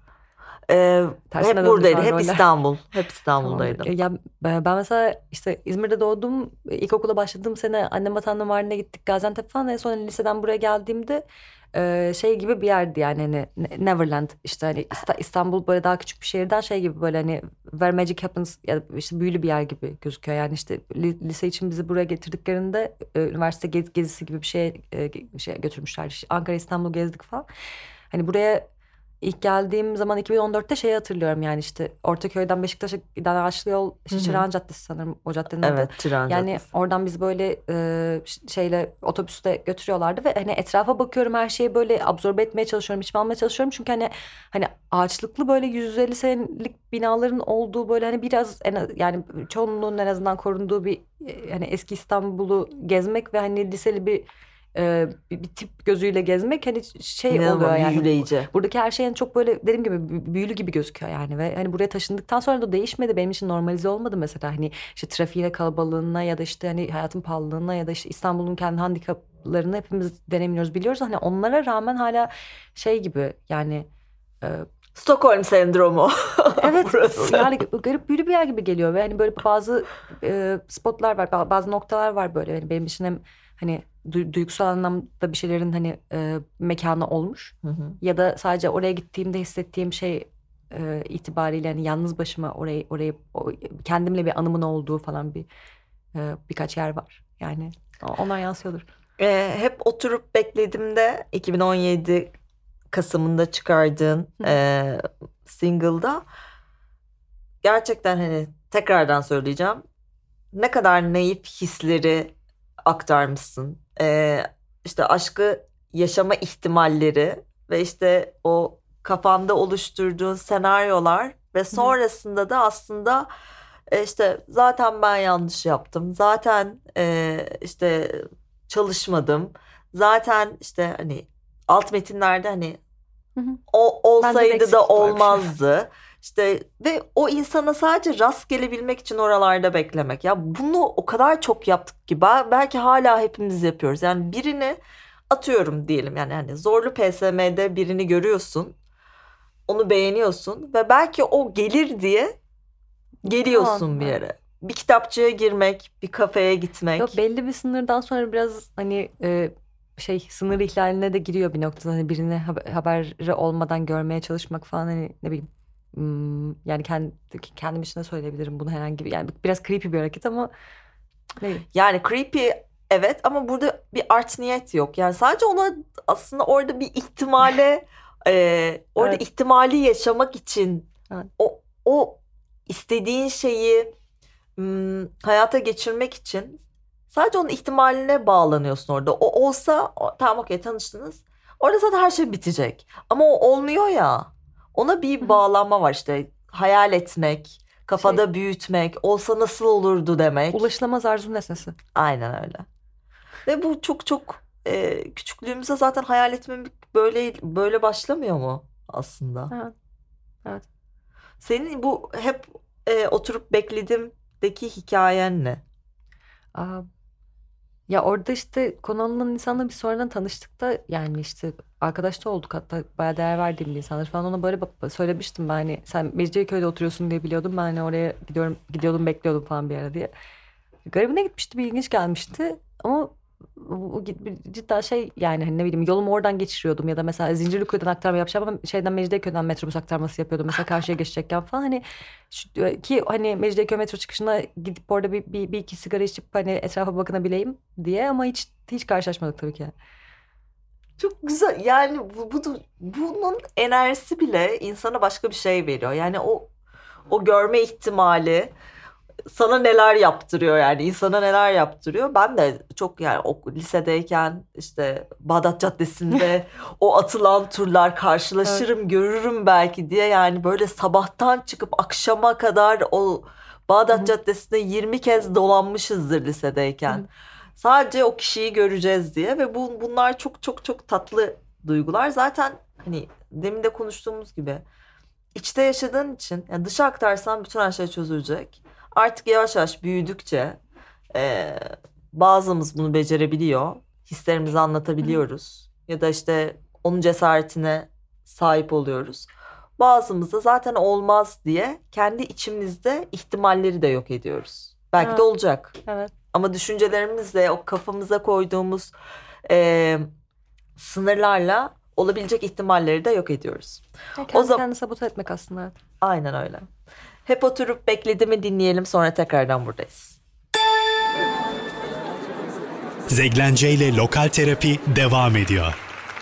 Ee, Tersine Hep döndü şu buradaydı, an hep roller. İstanbul, hep Tamamdır. İstanbul'daydım. E, Ya ben ben mesela işte İzmir'de doğdum. İlkokula başladığım sene annem vatanına Mardin'e gittik, Gaziantep falan. En son liseden buraya geldiğimde e, şey gibi bir yerdi yani, hani Ne- Neverland. İşte hani İsta- İstanbul böyle daha küçük bir şehirden şey gibi, böyle hani Where Magic Happens, ya da işte büyülü bir yer gibi gözüküyor. Yani işte li- lise için bizi buraya getirdiklerinde e, üniversite gez- gezisi gibi bir şeye e, ge- şey götürmüşler. İşte Ankara, İstanbul gezdik falan. Hani buraya İlk geldiğim zaman iki bin on dörtte şeyi hatırlıyorum, yani işte Ortaköy'den Beşiktaş'a giden ağaçlı yol, Hı işte hı. Çırağan Caddesi sanırım o caddenin adı. Evet, Tren Yani Caddesi. oradan biz böyle e, ş- şeyle otobüste götürüyorlardı ve hani etrafa bakıyorum, her şeyi böyle absorbe etmeye çalışıyorum, içime almaya çalışıyorum. Çünkü hani hani ağaçlıklı böyle yüz elli senelik binaların olduğu, böyle hani biraz en az, yani çoğunluğun en azından korunduğu bir e, hani eski İstanbul'u gezmek ve hani liseli bir e, bir, bir tip gözüyle gezmek hani şey oluyor İnanılmaz yani. büyüleyici. Buradaki her şeyin çok böyle dediğim gibi bü- büyülü gibi gözüküyor yani, ve hani buraya taşındıktan sonra da değişmedi, benim için normalize olmadı mesela, hani işte trafiğine, kalabalığına ya da işte hani hayatın pahalılığına ya da işte İstanbul'un kendi handikaplarını hepimiz deneyimliyoruz, biliyoruz, hani onlara rağmen hala şey gibi yani, e, Stockholm sendromu evet, burası. yani garip büyülü bir yer gibi geliyor ve hani böyle bazı e, spotlar var, ba- bazı noktalar var böyle, hani benim için hem hani du- duygusal anlamda bir şeylerin hani e, mekanı olmuş Hı hı. ya da sadece oraya gittiğimde hissettiğim şey e, itibariyle hani yalnız başıma orayı orayı o- kendimle bir anımın olduğu falan bir e, birkaç yer var yani, o- onlar yansıyordur. Ee, hep oturup bekledim de iki bin on yedi Kasım'ında çıkardığın Hı hı. e, single'da gerçekten, hani tekrardan söyleyeceğim, ne kadar naif hisleri aktarmışsın. Ee, işte aşkı yaşama ihtimalleri ve işte o kafanda oluşturduğun senaryolar ve Hı hı. sonrasında da aslında e, işte zaten ben yanlış yaptım. Zaten e, işte çalışmadım. Zaten işte hani alt metinlerde hani Hı hı. o Bende de olsaydı da eksiklik varmış. olmazdı. İşte ve o insana sadece rast gelebilmek için oralarda beklemek. Ya bunu o kadar çok yaptık ki ba- belki hala hepimiz yapıyoruz. Yani birini atıyorum diyelim, yani hani zorlu P S M'de birini görüyorsun. Onu beğeniyorsun ve belki o gelir diye Tamam, geliyorsun bir evet. yere. Bir kitapçıya girmek, bir kafeye Yok, gitmek. belli bir sınırdan sonra biraz hani e, şey, sınır ihlaline de giriyor bir noktada, hani birini haber, haberi olmadan görmeye çalışmak falan, hani ne bileyim. Hmm, yani kendi, kendim için de söyleyebilirim bunu, herhangi bir yani biraz creepy bir hareket ama ne bileyim. Yani creepy, evet, ama burada bir art niyet yok. Yani sadece ona aslında orada bir ihtimale e, orada Evet, ihtimali yaşamak için evet. o o istediğin şeyi hmm, hayata geçirmek için sadece onun ihtimaline bağlanıyorsun orada. O olsa o- tamam, okey, tanıştınız. Orada zaten her şey bitecek. Ama o olmuyor ya. Ona Hı bir hı. bağlanma var işte. Hayal etmek, Şey, kafada büyütmek, olsa nasıl olurdu demek. ulaşılamaz arzu nesnesi. Aynen öyle. Ve bu çok çok e, küçüklüğümüzde zaten hayal etmemek böyle böyle başlamıyor mu aslında? Evet, evet. Senin bu hep e, oturup bekledimdeki hikayen ne? Aa, ya orada işte konu alınan insanla bir sonradan tanıştık da, yani işte arkadaş da olduk, hatta bayağı değer verdiğim bir insandır falan, ona böyle bak- söylemiştim ben, hani sen Mecidiyeköy'de oturuyorsun diye biliyordum, ben hani oraya gidiyorum gidiyordum bekliyordum falan bir ara diye. garibine gitmişti, bir ilginç gelmişti ama bu cidden şey yani hani ne bileyim yolumu oradan geçiriyordum ya da mesela Zincirlikuyu'dan aktarma yapacağım ama şeyden Mecidiyeköy'den metrobüs aktarması yapıyordum mesela karşıya geçecekken falan hani şu, ki hani Mecidiyeköy metro çıkışına gidip orada bir, bir, bir iki sigara içip hani etrafa bakınabileyim diye ama hiç hiç karşılaşmadık tabii ki. Çok güzel yani bu, bu bunun enerjisi bile insana başka bir şey veriyor. Yani o o görme ihtimali sana neler yaptırıyor yani insana neler yaptırıyor. Ben de çok yani o lisedeyken işte Bağdat Caddesi'nde o atılan turlar karşılaşırım, evet, görürüm belki diye yani böyle sabahtan çıkıp akşama kadar o Bağdat Caddesi'nde yirmi kez dolanmışızdır lisedeyken. Sadece o kişiyi göreceğiz diye ve bu bunlar çok çok çok tatlı duygular. Zaten hani demin de konuştuğumuz gibi içte yaşadığın için yani dışa aktarsan bütün her şey çözülecek. Artık yavaş yavaş büyüdükçe e, bazımız bunu becerebiliyor. Hislerimizi anlatabiliyoruz. Ya da işte onun cesaretine sahip oluyoruz. Bazımız da zaten olmaz diye kendi içimizde ihtimalleri de yok ediyoruz. Belki Evet. de olacak. Evet. Ama düşüncelerimizle o kafamıza koyduğumuz e, sınırlarla olabilecek ihtimalleri de yok ediyoruz. Ya kendi O zaman kendini sabote etmek aslında. Evet. aynen öyle. Hep oturup beklediğimi dinleyelim, sonra tekrardan buradayız. Zeglence ile Lokal Terapi devam ediyor.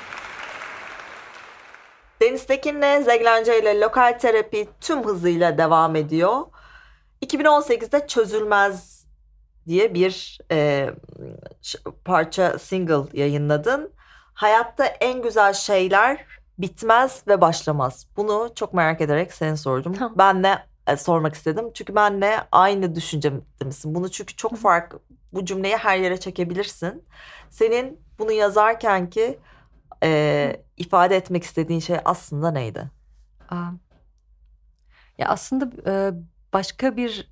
Deniz Tekin'le Zeglence ile Lokal Terapi tüm hızıyla devam ediyor. iki bin on sekizde Çözülmez diye bir e, parça single yayınladın. Hayatta en güzel şeyler bitmez ve başlamaz. Bunu çok merak ederek seni sordum. Tamam. Ben de e, sormak istedim. Çünkü benle aynı düşüncede misin? Bunu çünkü çok farklı. Bu cümleyi her yere çekebilirsin. Senin bunu yazarken ki e, ifade etmek istediğin şey aslında neydi? Aa. Ya aslında e, başka bir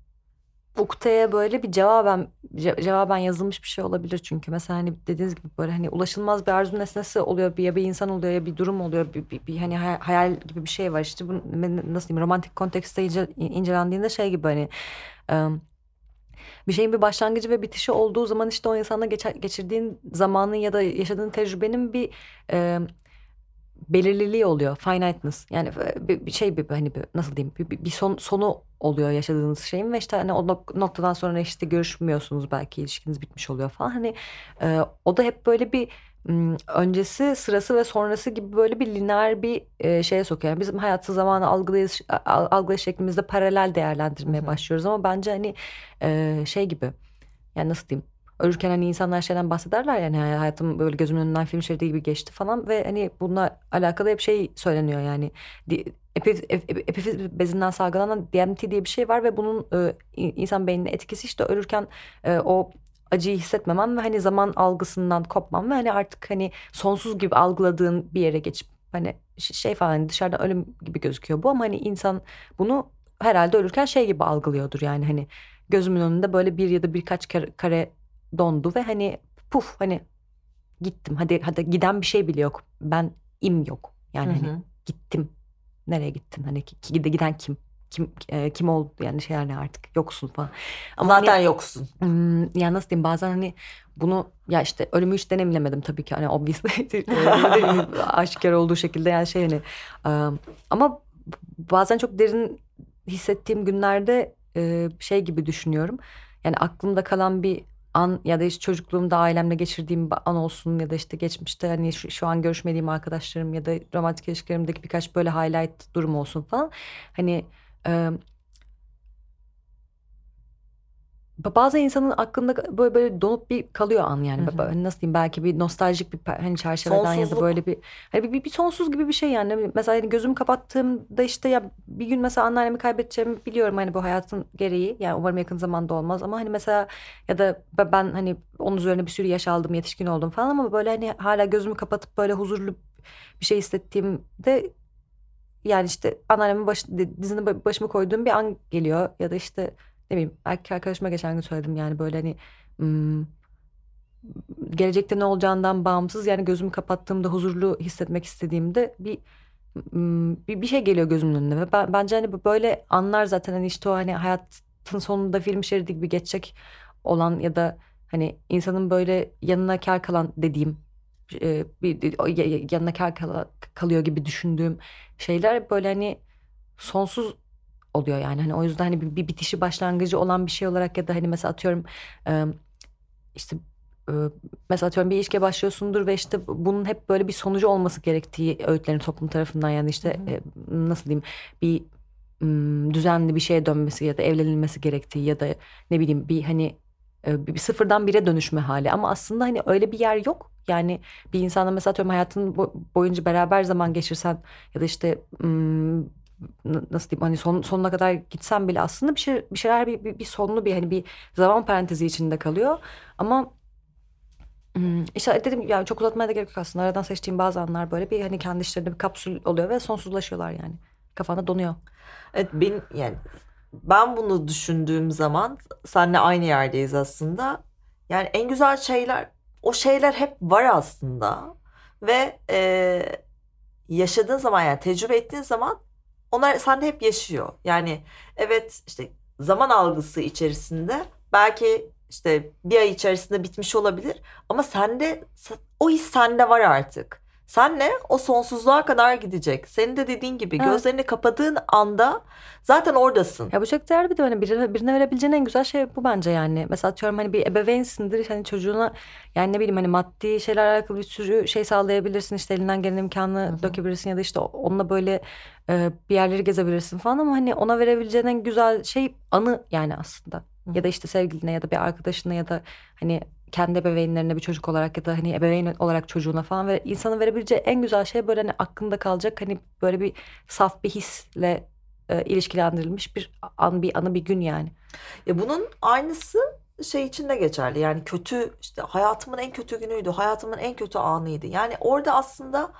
uktaya böyle bir cevaben ce- cevaben yazılmış bir şey olabilir çünkü mesela hani dediğiniz gibi böyle hani ulaşılmaz bir arzu nesnesi oluyor bir ya bir insan oluyor ya bir durum oluyor bir, bir, bir hani hay- hayal gibi bir şey var işte bu ne- nasıl diyeyim romantik kontekste ince, incelendiğinde şey gibi hani e, bir şeyin bir başlangıcı ve bitişi olduğu zaman işte o insanla geçer, geçirdiğin zamanın ya da yaşadığın tecrübenin bir e, belirliliği oluyor. Finiteness. Yani bir, bir şey bir hani bir, nasıl diyeyim bir, bir bir son sonu oluyor yaşadığınız şeyin ve işte hani o nok- noktadan sonra işte görüşmüyorsunuz belki ilişkiniz bitmiş oluyor falan. Hani e, o da hep böyle bir m, öncesi, sırası ve sonrası gibi böyle bir lineer bir e, şeye sokuyor. Yani bizim hayatı zamanı algılayış al- algılayış şeklimizde paralel değerlendirmeye Hı hı. başlıyoruz ama bence hani e, şey gibi yani nasıl diyeyim ölürken hani insanlar şeyden bahsederler yani hayatım böyle gözümün önünden film şeridi gibi geçti falan ve hani bununla alakalı hep şey söyleniyor yani di- epi- ep- epifiz bezinden salgılanan D M T diye bir şey var ve bunun e, in- insan beynine etkisi işte ölürken e, o acıyı hissetmemen ve hani zaman algısından kopman ve hani artık hani sonsuz gibi algıladığın bir yere geçip hani ş- şey falan hani dışarıdan ölüm gibi gözüküyor bu ama hani insan bunu herhalde ölürken şey gibi algılıyordur yani hani gözümün önünde böyle bir ya da birkaç kare, kare dondu ve hani puf hani gittim. Hadi hadi giden bir şey bile yok. Ben im yok. Yani Hı hani hı. gittim. Nereye gittin? Hani ki, ki- giden kim? Kim e, kim oldu yani şey yani artık yoksun falan. Ama Zaten hani yoksun. hmm, ya nasıl diyeyim bazen hani bunu ya işte ölümü hiç deneyimlemedim tabii ki hani obviously e, aşikar olduğu şekilde yani şey hani e, ama bazen çok derin hissettiğim günlerde e, şey gibi düşünüyorum. Yani aklımda kalan bir an ya da işte çocukluğumda ailemle geçirdiğim bir an olsun ya da işte geçmişte hani şu, şu an görüşmediğim arkadaşlarım ya da romantik ilişkilerimdeki birkaç böyle highlight durum olsun falan. Hani e, Ba- bazı insanın aklında böyle böyle donup bir kalıyor an yani. Hı Ba- ba- hı. hani nasıl diyeyim belki bir nostaljik bir pe- hani çerçeveden ya da Sonsuzluk. böyle bir hani bir, bir, bir sonsuz gibi bir şey yani. Mesela hani gözümü kapattığımda işte ya bir gün mesela anneannemi kaybedeceğimi biliyorum hani bu hayatın gereği. Yani umarım yakın zamanda olmaz ama hani mesela ya da be- ben hani onun üzerine bir sürü yaş aldım, yetişkin oldum falan ama böyle hani hala gözümü kapatıp böyle huzurlu bir şey hissettiğimde yani işte anneannemin baş, dizine ba- başımı koyduğum bir an geliyor ya da işte ne bileyim erkek arkadaşıma geçen gün söyledim yani böyle hani hmm, gelecekte ne olacağından bağımsız yani gözümü kapattığımda huzurlu hissetmek istediğimde bir hmm, bir, bir şey geliyor gözümün önüne ve ben, bence hani böyle anlar zaten hani işte o hani hayat hayatın sonunda film şeridi gibi geçecek olan ya da hani insanın böyle yanına kar kalan dediğim e, bir, o ya- ya- yanına kar kala- kalıyor gibi düşündüğüm şeyler böyle hani sonsuz oluyor yani. Hani o yüzden hani bir, bir bitişi başlangıcı olan bir şey olarak ya da hani mesela atıyorum e, işte e, mesela atıyorum bir ilişkiye başlıyorsundur ve işte bunun hep böyle bir sonucu olması gerektiği öğütlerin toplum tarafından yani işte Hı hı. e, nasıl diyeyim bir m, düzenli bir şeye dönmesi ya da evlenilmesi gerektiği ya da ne bileyim bir hani e, bir bir sıfırdan bire dönüşme hali ama aslında hani öyle bir yer yok. Yani bir insanla mesela atıyorum hayatın bo- boyunca beraber zaman geçirsen ya da işte m, n- nasıl diyeyim hani son, sonuna kadar gitsen bile aslında bir şey bir şeyler bir, bir, bir sonlu bir hani bir zaman parantezi içinde kalıyor. Ama hmm, işte dedim yani çok uzatmaya da gerek yok aslında. Aradan seçtiğim bazı anlar böyle bir hani kendi işlerinde bir kapsül oluyor ve sonsuzlaşıyorlar yani. Kafanda donuyor. Evet, ben yani ben bunu düşündüğüm zaman seninle aynı yerdeyiz aslında. Yani en güzel şeyler, o şeyler hep var aslında ve e, yaşadığın zaman yani tecrübe ettiğin zaman onlar sende hep yaşıyor. Yani evet işte zaman algısı içerisinde belki işte bir ay içerisinde bitmiş olabilir ama sende o his sende var artık. Senle o sonsuzluğa kadar gidecek. Senin de dediğin gibi Evet. gözlerini kapadığın anda zaten oradasın. Ya bu çok değerli bir de hani birine, birine verebileceğin en güzel şey bu bence yani. Mesela atıyorum hani bir ebeveynsindir hani çocuğuna yani ne bileyim hani maddi şeyler alakalı bir sürü şey sağlayabilirsin işte elinden gelen Hı imkanı hı. dökebilirsin ya da işte onunla böyle e, bir yerleri gezebilirsin falan ama hani ona verebileceğin en güzel şey anı yani aslında. Hı Ya da hı. işte sevgiline ya da bir arkadaşına ya da hani kendi ebeveynlerine bir çocuk olarak ya da hani ebeveyn olarak çocuğuna falan ve insanın verebileceği en güzel şey böyle hani aklında kalacak hani böyle bir saf bir hisle e, ilişkilendirilmiş bir an bir anı bir gün yani. Ya bunun aynısı şey için de geçerli. Yani kötü işte hayatımın en kötü günüydü. Hayatımın en kötü anıydı. Yani orada aslında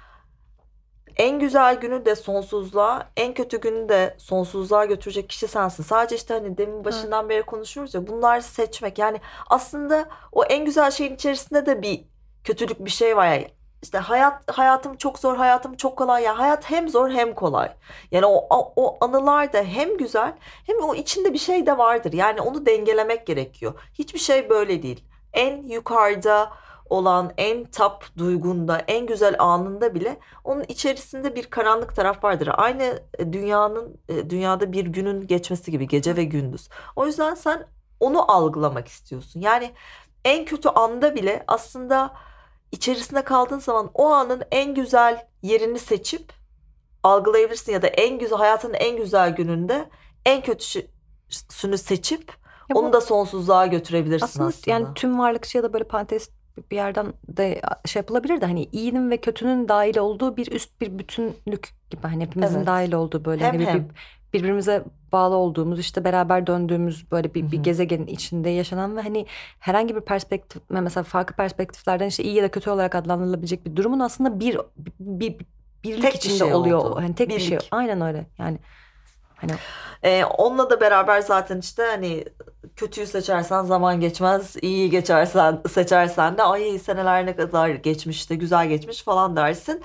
en güzel günü de sonsuzluğa, en kötü günü de sonsuzluğa götürecek kişi sensin. Sadece işte hani demin Evet. başından beri konuşuyoruz ya bunları seçmek. Yani aslında o en güzel şeyin içerisinde de bir kötülük bir şey var. Yani işte hayat hayatım çok zor, hayatım çok kolay. Ya hayat hem zor hem kolay. Yani o o, o anılar da hem güzel hem o içinde bir şey de vardır. Yani onu dengelemek gerekiyor. Hiçbir şey böyle değil. En yukarıda olan en top duygunda, en güzel anında bile onun içerisinde bir karanlık taraf vardır. Aynı e, dünyanın e, dünyada bir günün geçmesi gibi gece ve gündüz. O yüzden sen onu algılamak istiyorsun. Yani en kötü anda bile aslında içerisinde kaldığın zaman o anın en güzel yerini seçip algılayabilirsin ya da en güzel hayatın en güzel gününde en kötüsünü seçip Ya onu bu da sonsuzluğa götürebilirsin aslında yani aslında. tüm varlıkçı ya da böyle panteist bir yerden de şey yapılabilir de hani iyinin ve kötünün dahil olduğu bir üst bir bütünlük gibi hani hepimizin Evet. dahil olduğu böyle Hem hani bir, bir hem. birbirimize bağlı olduğumuz işte beraber döndüğümüz böyle Hı bir, bir hı. gezegenin içinde yaşanan ve hani herhangi bir perspektif mesela farklı perspektiflerden işte iyi ya da kötü olarak adlandırılabilecek bir durumun aslında bir bir, bir birlik Tek bir içinde şey oluyor oldu. hani tek bir şey Birlik. aynen öyle yani hani Ee, onunla da beraber zaten işte hani kötüyü seçersen zaman geçmez, iyiyi geçersen seçersen de ay seneler ne kadar geçmişti, güzel geçmiş falan dersin.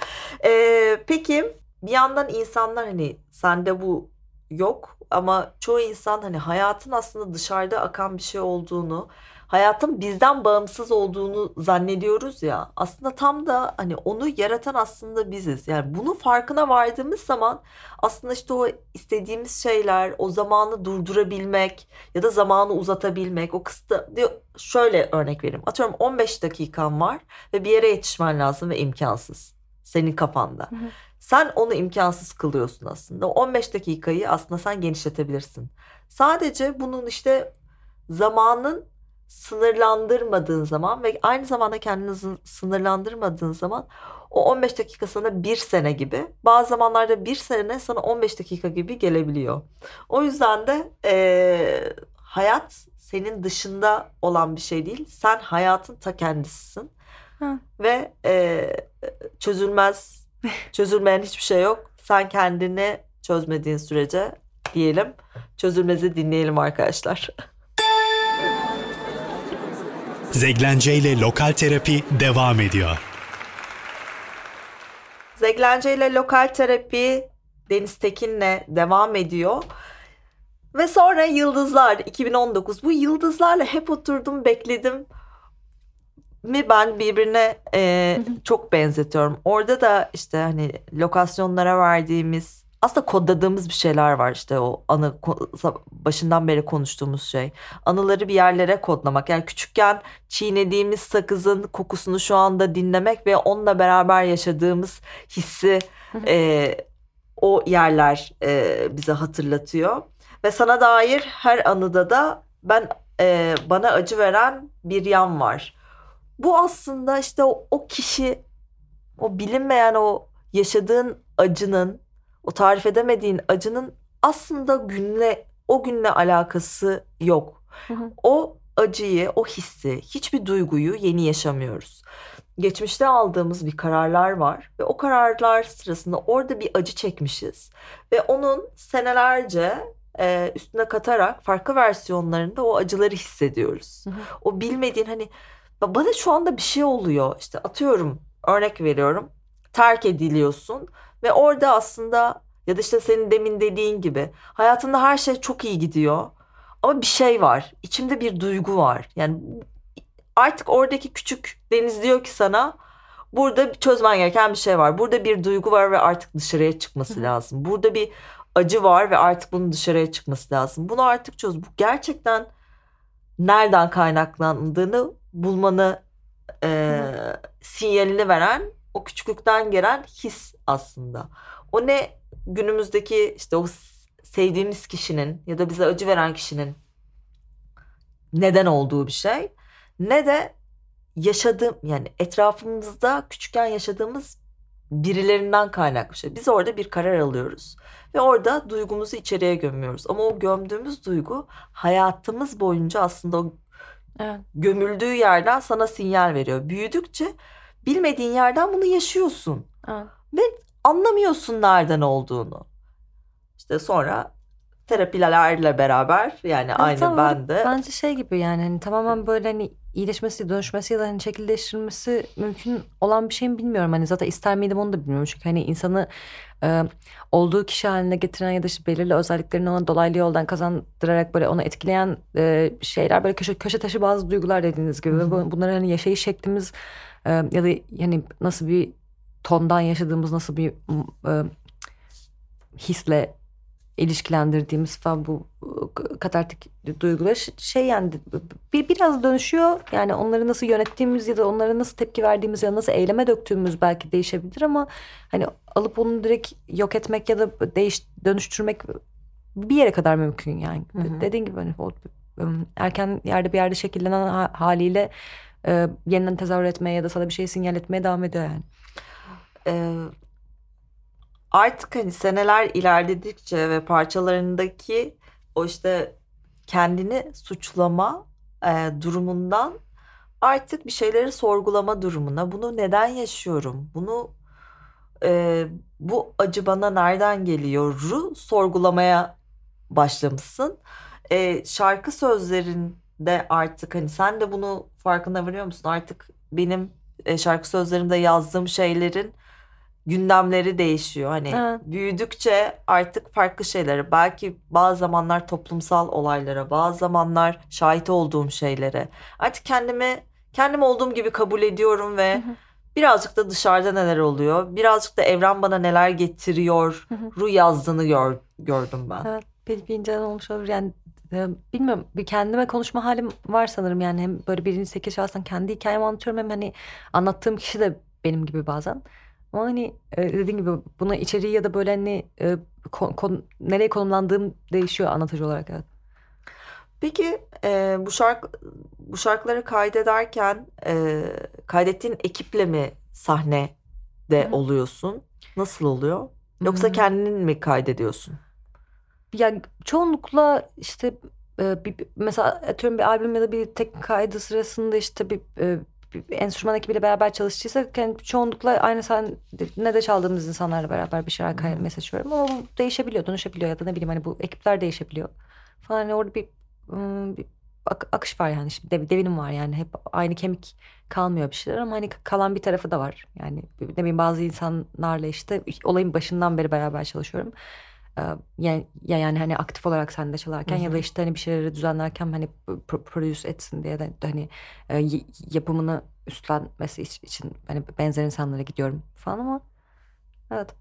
Ee, peki bir yandan insanlar hani sende bu yok ama çoğu insan hani hayatın aslında dışarıda akan bir şey olduğunu, hayatın bizden bağımsız olduğunu zannediyoruz ya. Aslında tam da hani onu yaratan aslında biziz. Yani bunun farkına vardığımız zaman aslında işte o istediğimiz şeyler, o zamanı durdurabilmek ya da zamanı uzatabilmek, o kısıtı diyor, şöyle örnek vereyim. Atıyorum on beş dakikan var ve bir yere yetişmen lazım ve imkansız senin kafanda. hı hı. Sen onu imkansız kılıyorsun aslında. O on beş dakikayı aslında sen genişletebilirsin. Sadece bunun işte zamanın sınırlandırmadığın zaman ve aynı zamanda kendini zı- sınırlandırmadığın zaman o on beş dakika sana bir sene gibi, bazı zamanlarda bir sene sana on beş dakika gibi gelebiliyor. O yüzden de eee, hayat senin dışında olan bir şey değil. Sen hayatın ta kendisisin Ha. ve eee, çözülmez, çözülmeyen hiçbir şey yok. Sen kendini çözmediğin sürece diyelim. Çözülmezi dinleyelim arkadaşlar. Zeglence ile Lokal Terapi devam ediyor. Zeglence ile Lokal Terapi Deniz Tekin'le devam ediyor. Ve sonra Yıldızlar iki bin on dokuz. Bu Yıldızlarla hep oturdum bekledim mi ben birbirine e, çok benzetiyorum. Orada da işte hani lokasyonlara verdiğimiz aslında kodladığımız bir şeyler var, işte o anı başından beri konuştuğumuz şey. Anıları bir yerlere kodlamak. Yani küçükken çiğnediğimiz sakızın kokusunu şu anda dinlemek ve onunla beraber yaşadığımız hissi e, o yerler e, bize hatırlatıyor. Ve sana dair her anıda da ben e, bana acı veren bir yan var. Bu aslında işte o, o kişi, o bilinmeyen, o yaşadığın acının, o tarif edemediğin acının aslında günle, o günle alakası yok. Hı hı. O acıyı, o hissi, hiçbir duyguyu yeni yaşamıyoruz. Geçmişte aldığımız bir kararlar var ve o kararlar sırasında orada bir acı çekmişiz ve onun senelerce e, üstüne katarak farklı versiyonlarında o acıları hissediyoruz. Hı hı. O bilmediğin hani bana şu anda bir şey oluyor, işte atıyorum, örnek veriyorum, terk ediliyorsun ve orada aslında ya da işte senin demin dediğin gibi hayatında her şey çok iyi gidiyor ama bir şey var, içimde bir duygu var. Yani artık oradaki küçük Deniz diyor ki sana, burada çözmen gereken bir şey var. Burada bir duygu var ve artık dışarıya çıkması Hı hı. lazım. Burada bir acı var ve artık bunun dışarıya çıkması lazım. Bunu artık çöz. Bu gerçekten nereden kaynaklandığını bulmanı e, sinyalini veren, o küçüklükten gelen his aslında. O ne günümüzdeki işte o sevdiğimiz kişinin ya da bize acı veren kişinin neden olduğu bir şey, ne de yaşadığım, yani etrafımızda küçükken yaşadığımız birilerinden kaynaklı bir şey. Biz orada bir karar alıyoruz ve orada duygumuzu içeriye gömüyoruz. Ama o gömdüğümüz duygu hayatımız boyunca aslında o Evet. gömüldüğü yerden sana sinyal veriyor. Büyüdükçe bilmediğin yerden bunu yaşıyorsun Evet. ve anlamıyorsun nereden olduğunu. İşte sonra terapilerle beraber, yani aynı Zaten ben böyle de bence şey gibi yani hani tamamen böyle hani iyileşmesi, dönüşmesi ya da hani şekilleştirilmesi mümkün olan bir şey mi bilmiyorum. Hani zaten ister miydim onu da bilmiyorum. Çünkü hani insanı e, olduğu kişi haline getiren ya da işte belirli özelliklerini ona dolaylı yoldan kazandırarak böyle onu etkileyen e, şeyler böyle köşe, köşe taşı bazı duygular dediğiniz gibi. Hı Ve hı. bu- bunları hani yaşayış şeklimiz e, ya da yani nasıl bir tondan yaşadığımız, nasıl bir e, hisle ilişkilendirdiğimiz falan bu e, katartik duygular ş- şey yani bir biraz dönüşüyor. Yani onları nasıl yönettiğimiz ya da onlara nasıl tepki verdiğimiz ya da nasıl eyleme döktüğümüz belki değişebilir ama hani alıp onu direkt yok etmek ya da değiş dönüştürmek bir yere kadar mümkün yani. Hı hı. Dediğin gibi hani o ım, erken yerde bir yerde şekillenen ha- haliyle e, yeniden tezahür etmeye ya da sana bir şey sinyal etmeye devam ediyor yani. Ee, artık hani seneler ilerledikçe ve parçalarındaki o işte kendini suçlama e, durumundan artık bir şeyleri sorgulama durumuna, bunu neden yaşıyorum, bunu e, bu acı bana nereden geliyoru sorgulamaya başlamışsın. E, şarkı sözlerinde artık hani sen de bunu farkına varıyor musun? Artık benim e, şarkı sözlerimde yazdığım şeylerin gündemleri değişiyor. Hani Evet. büyüdükçe artık farklı şeylere, belki bazı zamanlar toplumsal olaylara, bazı zamanlar şahit olduğum şeylere artık kendimi kendim olduğum gibi kabul ediyorum Hı ve hı. birazcık da dışarıda neler oluyor, birazcık da evren bana neler getiriyor Hı hı. ru yazdığını gör, gördüm ben. Evet, bir, bir incelen olmuş olabilir. Yani e, bilmiyorum, bir kendime konuşma halim var sanırım yani hem böyle birinci sekiz şahıstan kendi hikayemi anlatıyorum hem hani anlattığım kişi de benim gibi bazen. Ama hani e, dediğim gibi buna içeriği ya da böyle hani e, kon- kon- nereye konumlandığım değişiyor anlatıcı olarak, evet. Peki e, bu şarkı bu şarkıları kaydederken e, kaydettiğin ekiple mi Hı sahnede hı. oluyorsun? Nasıl oluyor? Yoksa Hmm. kendin mi kaydediyorsun? Ya çoğunlukla işte e, bir, bir- mesela atıyorum bir albüm ya da bir tek kaydı sırasında işte bir, e, bir enstrüman ekibiyle beraber çalıştıysak yani çoğunlukla aynı sahnede de çaldığımız insanlarla beraber bir şeyler Hı hı. kaydetmeye seçiyorum ama bu değişebiliyor, dönüşebiliyor ya da ne bileyim hani bu ekipler değişebiliyor falan. Hani orada bir, ım, bir ak- akış var yani, şimdi dev- devinim var yani, hep aynı kemik kalmıyor bir şeyler ama hani kalan bir tarafı da var yani, ne bileyim bazı insanlarla işte olayın başından beri beraber çalışıyorum. Ee, yani ya yani hani aktif olarak sen de çalarken Hı ya da hı. işte hani bir şeyleri düzenlerken hani pro- produce etsin diye de hani e, y- yapımını üstlenmesi iç- için hani benzer insanlara gidiyorum falan ama evet.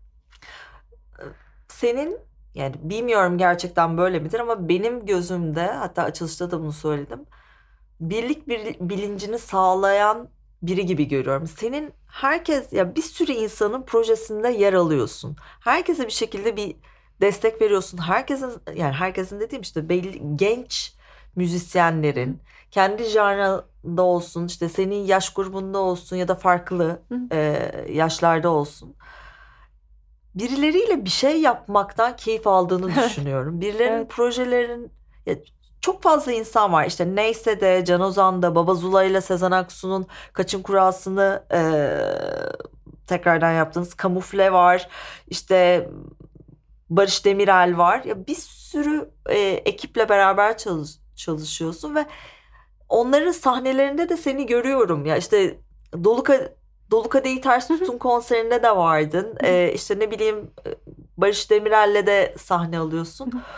Senin yani bilmiyorum gerçekten böyle midir ama benim gözümde, hatta açılışta da bunu söyledim. Birlik bir, bilincini sağlayan biri gibi görüyorum. Senin herkes ya bir sürü insanın projesinde yer alıyorsun. Herkese bir şekilde bir destek veriyorsun. Herkesin, yani herkesin dediğim işte belli genç Hı hı. müzisyenlerin kendi janrında olsun, işte senin yaş grubunda olsun ya da farklı Hı hı. e, yaşlarda olsun, birileriyle bir şey yapmaktan keyif aldığını Evet. düşünüyorum. Birilerinin Evet. projelerin, ya çok fazla insan var. İşte Neyse de, Can Ozan'da, Baba Zula ile Sezen Aksu'nun Kaçın Kurası'nı eee, tekrardan yaptığınız Kamufle var. İşte Barış Demirel var. Ya bir sürü eee, ekiple beraber çalış- çalışıyorsun ve onların sahnelerinde de seni görüyorum. Ya işte Dolu, Ka- Dolu Kadehi Ters Hı hı. Tutun konserinde de vardın. Hı hı. Ee, işte ne bileyim e, Barış Demirel'le de sahne alıyorsun. Hı hı.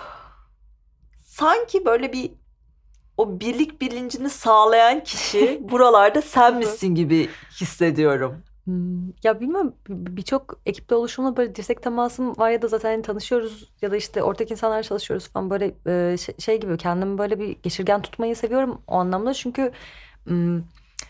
Sanki böyle bir o birlik bilincini sağlayan kişi buralarda sen Evet. misin gibi hissediyorum. Hmm, Ya bilmem bir- birçok ekipte oluşumla böyle dirsek temasım var ya da zaten hani tanışıyoruz ya da işte ortak insanlarla çalışıyoruz falan böyle e, şey, şey gibi kendimi böyle bir geçirgen tutmayı seviyorum o anlamda çünkü hmm,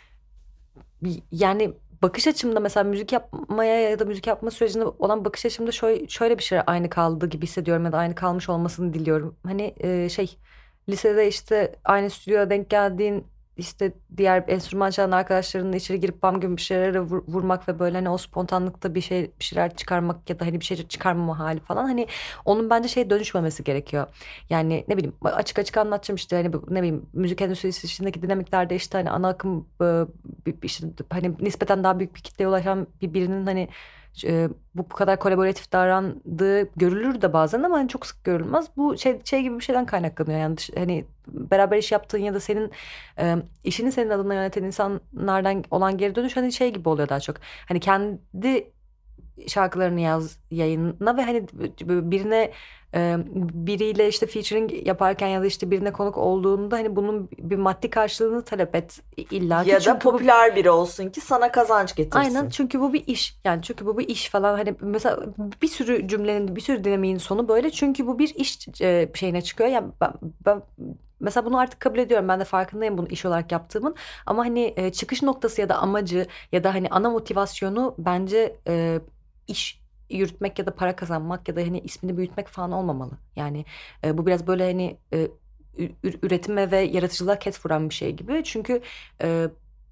bir- yani bakış açımda mesela müzik yapmaya ya da müzik yapma sürecinde olan bakış açımda şöyle, şöyle bir şey aynı kaldığı gibi hissediyorum ya da aynı kalmış olmasını diliyorum. Hani e, şey lisede işte aynı stüdyoya denk geldiğin işte diğer enstrüman çalan arkadaşlarınla içeri girip bam gibi bir şeylere vur- vurmak ve böyle hani o spontanlıkta bir şey bir şeyler çıkarmak ya da hani bir şey çıkarmama hali falan hani onun bence şey dönüşmemesi gerekiyor. Yani ne bileyim açık açık anlatacağım işte hani bu- ne bileyim müzik endüstrisi içindeki dinamiklerde işte hani ana akım e, bir- bir işte hani nispeten daha büyük bir kitleye ulaşan bir birinin hani e, bu bu kadar kolaboratif davrandığı görülür de bazen ama hani çok sık görülmez. Bu şey şey gibi bir şeyden kaynaklanıyor. Yani dış- hani beraber iş yaptığın ya da senin e, işini senin adına yöneten insanlardan olan geri dönüş hani şey gibi oluyor daha çok. Hani kendi şarkılarını yaz, yayınla ve hani birine e, biriyle işte featuring yaparken ya da işte birine konuk olduğunda hani bunun bir maddi karşılığını talep et illaki Ya da çünkü bu popüler biri olsun ki sana kazanç aynen getirsin. çünkü bu bir iş yani çünkü bu bir iş falan hani mesela bir sürü cümlenin bir sürü dinamiğin sonu böyle çünkü bu bir iş e, şeyine çıkıyor yani ben, ben mesela bunu artık kabul ediyorum ben de farkındayım bunu iş olarak yaptığımın ama hani e, çıkış noktası ya da amacı ya da hani ana motivasyonu bence e, iş yürütmek ya da para kazanmak ya da hani ismini büyütmek falan olmamalı yani e, bu biraz böyle hani e, ü- ü- üretime ve yaratıcılığa ket vuran bir şey gibi çünkü e,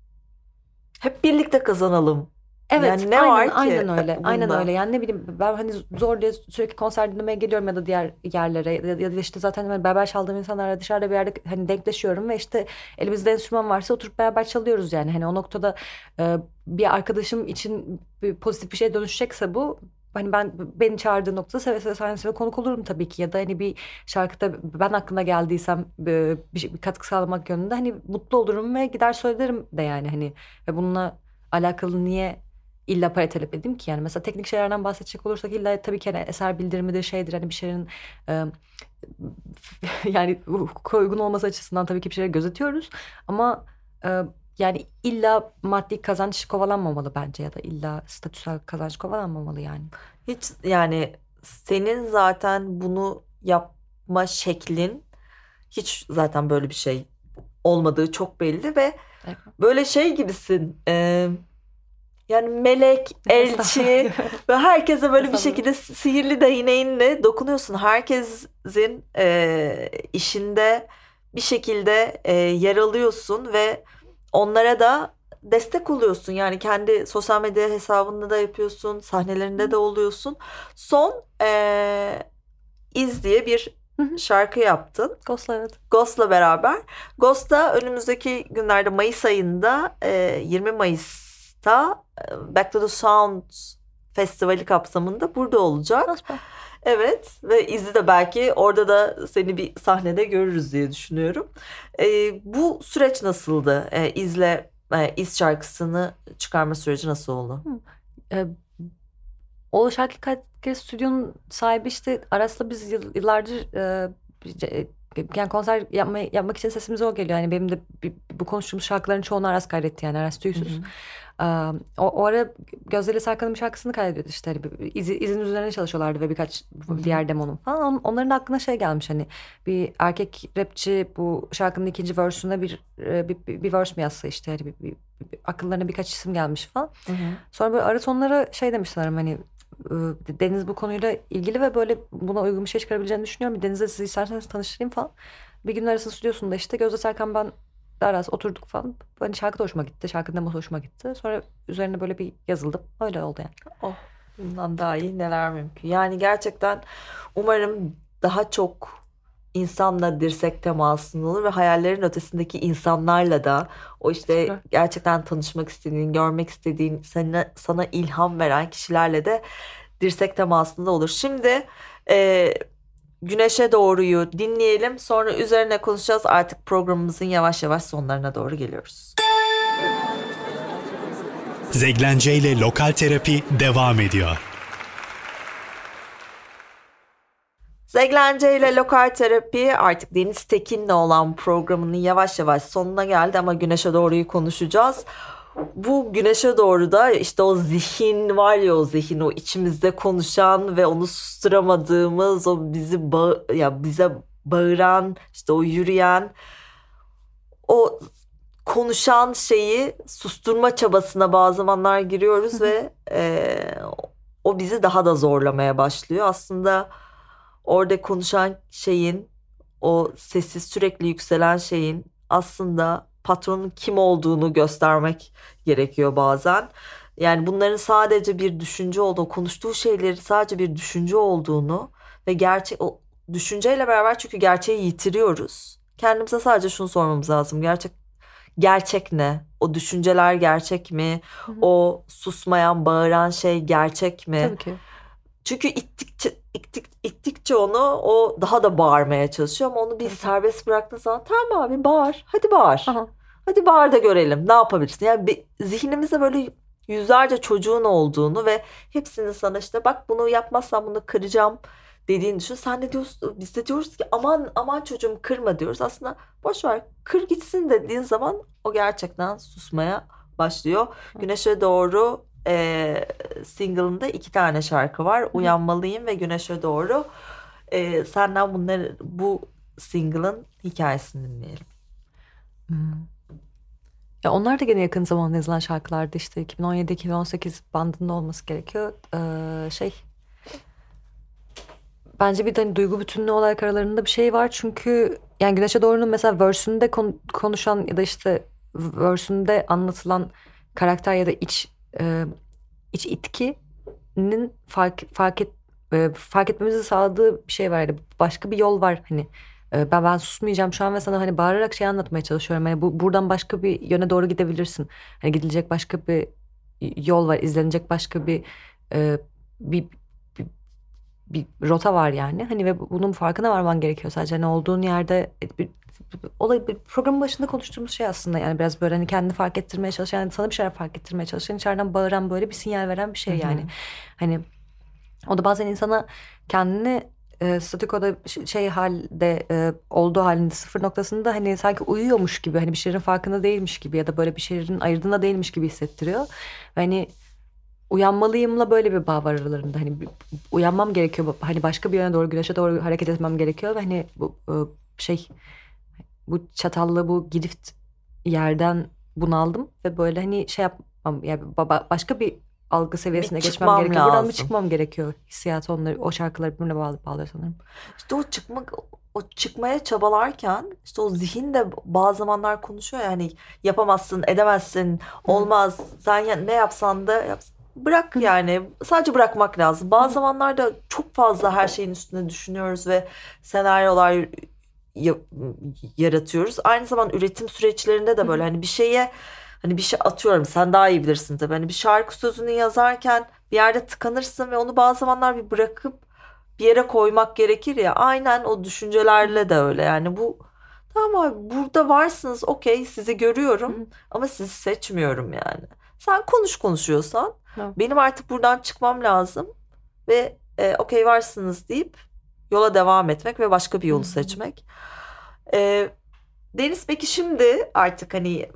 Hep birlikte kazanalım. evet, Yani ne aynen var ki aynen öyle. Aynen öyle. bunda? Yani ne bileyim ben hani zor diye sürekli konser dinlemeye geliyorum ya da diğer yerlere ya da, ya da işte zaten hani beraber çaldığım insanlarla dışarıda bir yerde hani denkleşiyorum ve işte elimizde enstrüman varsa oturup beraber çalıyoruz yani. Hani o noktada e, bir arkadaşım için bir pozitif bir şeye dönüşecekse bu hani ben beni çağırdığı noktada seve seve sahnesine konuk olurum tabii ki ya da hani bir şarkıda ben aklına geldiysem e, bir, şey- bir katkı sağlamak yönünde hani mutlu olurum ve gider söylerim de yani hani ve bununla alakalı niye İlla para talep edeyim ki yani mesela teknik şeylerden bahsedecek olursak illa tabii ki hani eser bildirimidir şeydir hani bir şeyin e, yani hukuka uygun olması açısından tabii ki bir şeyleri gözetiyoruz ama e, yani illa maddi kazanç kovalanmamalı bence ya da illa statüsel kazanç kovalanmamalı yani. Hiç yani senin zaten bunu yapma şeklin hiç zaten böyle bir şey olmadığı çok belli ve Evet. böyle şey gibisin. e, yani melek, elçi Estağfurullah. ve herkese böyle bir Estağfurullah. şekilde sihirli değneğinle dokunuyorsun. Herkesin e, işinde bir şekilde e, yer alıyorsun ve onlara da destek oluyorsun. Yani kendi sosyal medya hesabında da yapıyorsun, sahnelerinde de oluyorsun. Son e, İz diye bir Hı hı. şarkı yaptın. Ghost'la evet. Ghost'la beraber. Ghost'ta önümüzdeki günlerde Mayıs ayında e, yirmi Mayıs'ta e, Back to the Sound Festivali kapsamında burada olacak. Süper. Evet ve izi de belki orada da seni bir sahnede görürüz diye düşünüyorum. E, bu süreç nasıldı? E, İzle e, İz şarkısını çıkarma süreci nasıl oldu? Hı. E, O şarkı Bir kere stüdyonun sahibi işte Aras'la biz yıl- yıllardır e, e, yani konser yapmaya, yapmak için sesimiz o geliyor. Yani benim de bir- bu konuştuğumuz şarkıların çoğunu Aras kaydetti yani Aras Tüysüz. Ee, o, o ara Gözde ile Serkan'ın bir şarkısını kaydediyordu işte. Hani bir- izi- izin üzerine çalışıyorlardı ve birkaç diğer demonun falan. On- Onların da aklına şey gelmiş hani bir erkek rapçi bu şarkının ikinci verse'üne bir, e, bir, bir, bir verse mi yazsa işte. Hani bir, bir- bir- akıllarına birkaç isim gelmiş falan. Hı hı. Sonra böyle Aras onlara şey demiş sanırım hani e, Deniz bu konuyla ilgili ve böyle buna uygun bir şey çıkarabileceğini düşünüyorum. Bir Deniz'le sizi isterseniz tanıştırayım falan. Bir gün Aras'ın stüdyosunda işte Gözde Serkan ben Aras oturduk falan. Hani şarkı da hoşuma gitti. Şarkının demosu hoşuma gitti. Sonra üzerine böyle bir yazıldım. Öyle oldu yani. Oh, bundan daha iyi neler mümkün. Yani gerçekten umarım daha çok insanla dirsek temasın olur ve hayallerin ötesindeki insanlarla da o işte Teşekkürler. gerçekten tanışmak istediğin, görmek istediğin, sana, sana ilham veren kişilerle de dirsek temasında olur. Şimdi e, Güneşe Doğru'yu dinleyelim. Sonra üzerine konuşacağız. Artık programımızın yavaş yavaş sonlarına doğru geliyoruz. Zeglence ile Lokal Terapi devam ediyor. Zeglence ile Lokal Terapi artık Deniz Tekin'le olan programının yavaş yavaş sonuna geldi ama Güneşe Doğru'yu konuşacağız. Bu Güneşe Doğru da işte o zihin var ya, o zihin, o içimizde konuşan ve onu susturamadığımız, o bizi ba- ya bize bağıran, işte o yürüyen, o konuşan şeyi susturma çabasına bazı zamanlar giriyoruz ve e, o bizi daha da zorlamaya başlıyor. Aslında orada konuşan şeyin, o sesi sürekli yükselen şeyin aslında patronun kim olduğunu göstermek gerekiyor bazen. Yani bunların sadece bir düşünce olduğu, konuştuğu şeyleri sadece bir düşünce olduğunu ve gerçek o düşünceyle beraber, çünkü gerçeği yitiriyoruz. Kendimize sadece şunu sormamız lazım. Gerçek gerçek ne? O düşünceler gerçek mi? Hı hı. O susmayan, bağıran şey gerçek mi? Tabii ki. Çünkü ittikçe, ittik, ittikçe onu o daha da bağırmaya çalışıyor ama onu bir Tabii ki. serbest bıraktığın zaman tamam abi bağır, hadi bağır. Aha. Hadi bağır da görelim ne yapabilirsin. Yani bir, zihnimizde böyle yüzlerce çocuğun olduğunu ve hepsinin sana işte bak bunu yapmazsan bunu kıracağım dediğini düşün. Sen de diyorsun, biz de diyoruz ki aman aman çocuğum kırma diyoruz. Aslında boş ver, kır gitsin dediğin zaman o gerçekten susmaya başlıyor. Güneşe Doğru e, single'ında iki tane şarkı var. Uyanmalıyım ve Güneşe Doğru. E, senden bunları, bu single'ın hikayesini dinleyelim. Hmm. Ya onlar da gene yakın zamanda yazılan şarkılardı işte iki bin on yedi iki bin on sekiz bandında olması gerekiyor. Ee, şey bence bir de hani duygu bütünlüğü olarak aralarında bir şey var çünkü yani Güneşe Doğru'nun mesela verse'ünde kon- konuşan ya da işte verse'ünde anlatılan karakter ya da iç e, iç itkinin fark fark et e, fark etmemizi sağladığı bir şey var. Yani başka bir yol var hani. E, Ben ben susmayacağım şu an ve sana hani bağırarak şey anlatmaya çalışıyorum. Hani bu buradan başka bir yöne doğru gidebilirsin. Hani gidilecek başka bir yol var, izlenecek başka bir e, bir, bir bir rota var yani. Hani ve bunun farkına varman gerekiyor sadece. Hani olduğun yerde e, bir, olay bir programın başında konuştuğumuz şey aslında yani biraz böyle hani kendini fark ettirmeye çalışan, yani sana bir şeyler fark ettirmeye çalışan, içeriden bağıran böyle bir sinyal veren bir şey yani. Hani o da bazen insana kendini e, statükoda ş- şey halde e, olduğu halinde sıfır noktasında hani sanki uyuyormuş gibi, hani bir şeylerin farkında değilmiş gibi ya da böyle bir şeylerin ayırdığında değilmiş gibi hissettiriyor. Ve hani uyanmalıyımla böyle bir bağ var aralarında. Hani bir- uyanmam gerekiyor. Hani başka bir yöne doğru, güneşe doğru hareket etmem gerekiyor ve hani bu e, şey bu çatallı bu girift yerden bunaldım ve böyle hani şey yapmam yani ba- başka bir algı seviyesine Bir geçmem çıkmam gerekiyor. Buradan bir lazım. çıkmam gerekiyor. Hissiyatı onları, o şarkıları birbirine bağlı, bağlıyor sanırım. İşte o çıkmak, o çıkmaya çabalarken işte o zihin de bazı zamanlar konuşuyor yani yapamazsın, edemezsin, olmaz. Sen ya- ne yapsan da yap. Bırak yani, sadece bırakmak lazım. Bazı zamanlarda çok fazla her şeyin üstüne düşünüyoruz ve senaryolar ya- yaratıyoruz. Aynı zamanda üretim süreçlerinde de böyle hani bir şeye, hani bir şey atıyorum, sen daha iyi bilirsin tabii. Hani bir şarkı sözünü yazarken bir yerde tıkanırsın ve onu bazı zamanlar bir bırakıp bir yere koymak gerekir ya. Aynen o düşüncelerle de öyle. Yani bu tamam abi, burada varsınız, okey, sizi görüyorum ama sizi seçmiyorum yani. Sen konuş konuşuyorsan Evet. benim artık buradan çıkmam lazım ve e, okey varsınız deyip yola devam etmek ve başka bir yolu Hı hı. seçmek. E, Deniz, peki şimdi artık hani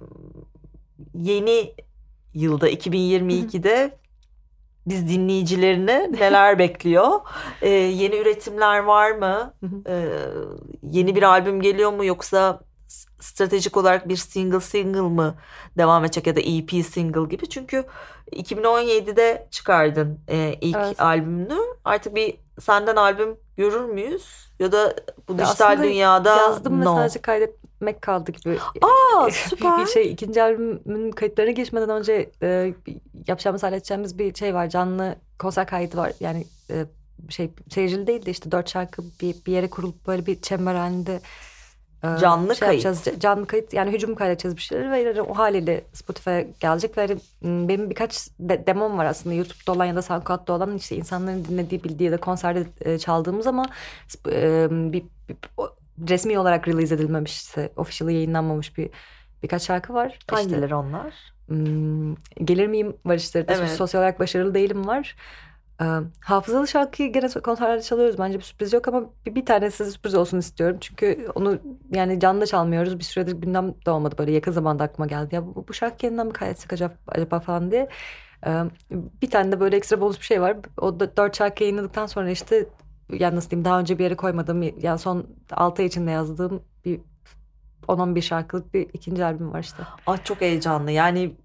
yeni yılda iki bin yirmi ikide biz dinleyicilerini neler bekliyor? E, yeni üretimler var mı? Hı hı. E, yeni bir albüm geliyor mu, yoksa s- stratejik olarak bir single single mı devam edecek ya da E P single gibi? Çünkü iki bin on yedide çıkardın e, ilk Evet. albümünü. Artık bir senden albüm görür müyüz? Ya da bu Ya dijital aslında dünyada yazdım ve no. sadece kaydetmek kaldı gibi. Aa, bir, süper. bir şey ikinci albümün kayıtlarına geçmeden önce e, yapacağımız halledeceğimiz bir şey var. Canlı konser kaydı var. Yani e, şey seyircili değil de işte dört şarkı bir, bir yere kurulup böyle bir çember halinde e, Canlı şey kayıt. yapacağız. Canlı kayıt yani hücum kaydedeceğiz bir şeyler ve yani o haliyle Spotify'a gelecek ve hani, m, benim birkaç de- demom var aslında YouTube'da olan ya da SoundCloud'da olan, işte insanların dinlediği, bildiği ya da konserde e, çaldığımız ama sp- e, bir, bir- o- resmi olarak release edilmemiş, işte official yayınlanmamış bir birkaç şarkı var. İşte Hangileri onlar? hmm, Gelir miyim var, işte Evet. sosyal olarak başarılı değilim var. Ee, hafızalı şarkıyı gene konserlerde çalıyoruz. Bence bir sürpriz yok ama bir, bir tanesi sürpriz olsun istiyorum. Çünkü onu yani canlı çalmıyoruz. Bir süredir gündem de olmadı, böyle yakın zamanda aklıma geldi. Ya bu, bu şarkı yeniden mi kaydetsek acaba, acaba falan diye. Ee, bir tane de böyle ekstra bonus bir şey var. O da dört şarkı yayınladıktan sonra işte, yani nasıl diyeyim, daha önce bir yere koymadığım, yani son altı ay içinde yazdığım bir on on bir şarkılık bir ikinci albüm var işte. Ah, çok heyecanlı. Yani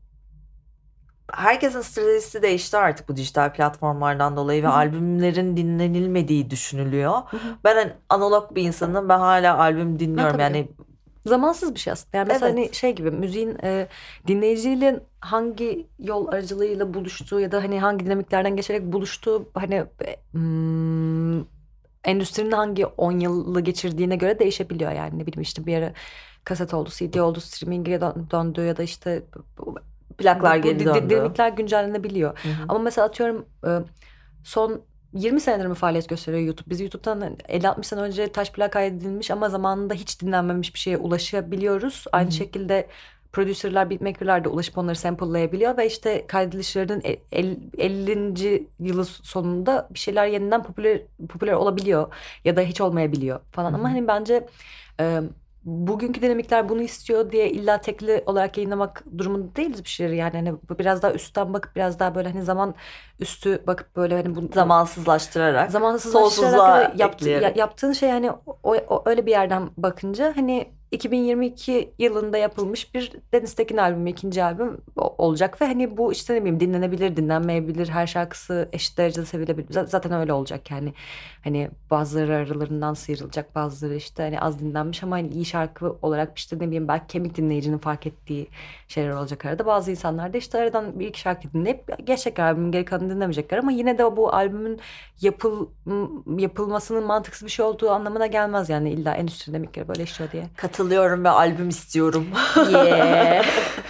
herkesin stratejisi değişti artık bu dijital platformlardan dolayı ve Hı hı. albümlerin dinlenilmediği düşünülüyor. Hı hı. Ben hani analog bir insanım. Ben hala albüm Ha, dinliyorum. tabii ki. Yani Zamansız bir şey aslında. Yani mesela evet. hani şey gibi, müziğin e, dinleyiciyle hangi yol aracılığıyla buluştuğu ya da hani hangi dinamiklerden geçerek buluştuğu, hani e, hmm, endüstrinin hangi on yılı geçirdiğine göre değişebiliyor. Yani ne bileyim, işte bir ara kaset oldu, C D oldu, streaming'e dön- döndü ya da işte bu, Plaklar bu, bu geri di- di- döndü. dinamikler güncellenebiliyor. Hı hı. Ama mesela atıyorum e, son yirmi senedir mi faaliyet gösteriyor YouTube? Biz YouTube'dan elli altmış sene önce taş plak kaydedilmiş ama zamanında hiç dinlenmemiş bir şeye ulaşabiliyoruz. Aynı Hı hı. şekilde prodüserler, beatmaker'lar da ulaşıp onları sample'layabiliyor ve işte kaydedilişlerinin el- el- ellinci yılı sonunda bir şeyler yeniden popüler popüler olabiliyor ya da hiç olmayabiliyor falan. Hı Ama hı. hani bence e, bugünkü dinamikler bunu istiyor diye illa tekli olarak yayınlamak durumunda değiliz bir şeyleri. Yani hani bu biraz daha üstten bakıp, biraz daha böyle hani zaman üstü bakıp, böyle hani bu, bu Zamansızlaştırarak, zamansızlaştırarak ya da sonsuzluğa yaptı, ya- ekleyerek. yaptığın şey hani o, o- öyle bir yerden bakınca hani iki bin yirmi iki yılında yapılmış bir Deniz Tekin albümü, ikinci albüm o- olacak ve hani bu işte ne bileyim, dinlenebilir, dinlenmeyebilir, her şarkısı eşit derecede sevilebilir. Z- Zaten öyle olacak yani. Hani bazıları aralarından sıyrılacak, bazıları işte hani az dinlenmiş ama hani iyi şarkı olarak işte ne bileyim, belki kemik dinleyicinin fark ettiği şeyler olacak arada. Bazı insanlar da işte aradan bir iki şarkı dinleyip geçecekler, albümün geri kalanını dinlemeyecekler ama yine de bu albümün yapıl yapılmasının mantıksız bir şey olduğu anlamına gelmez yani, illa endüstri dinamikleri böyle işliyor diye. Katılıyorum ve albüm istiyorum. Yeah.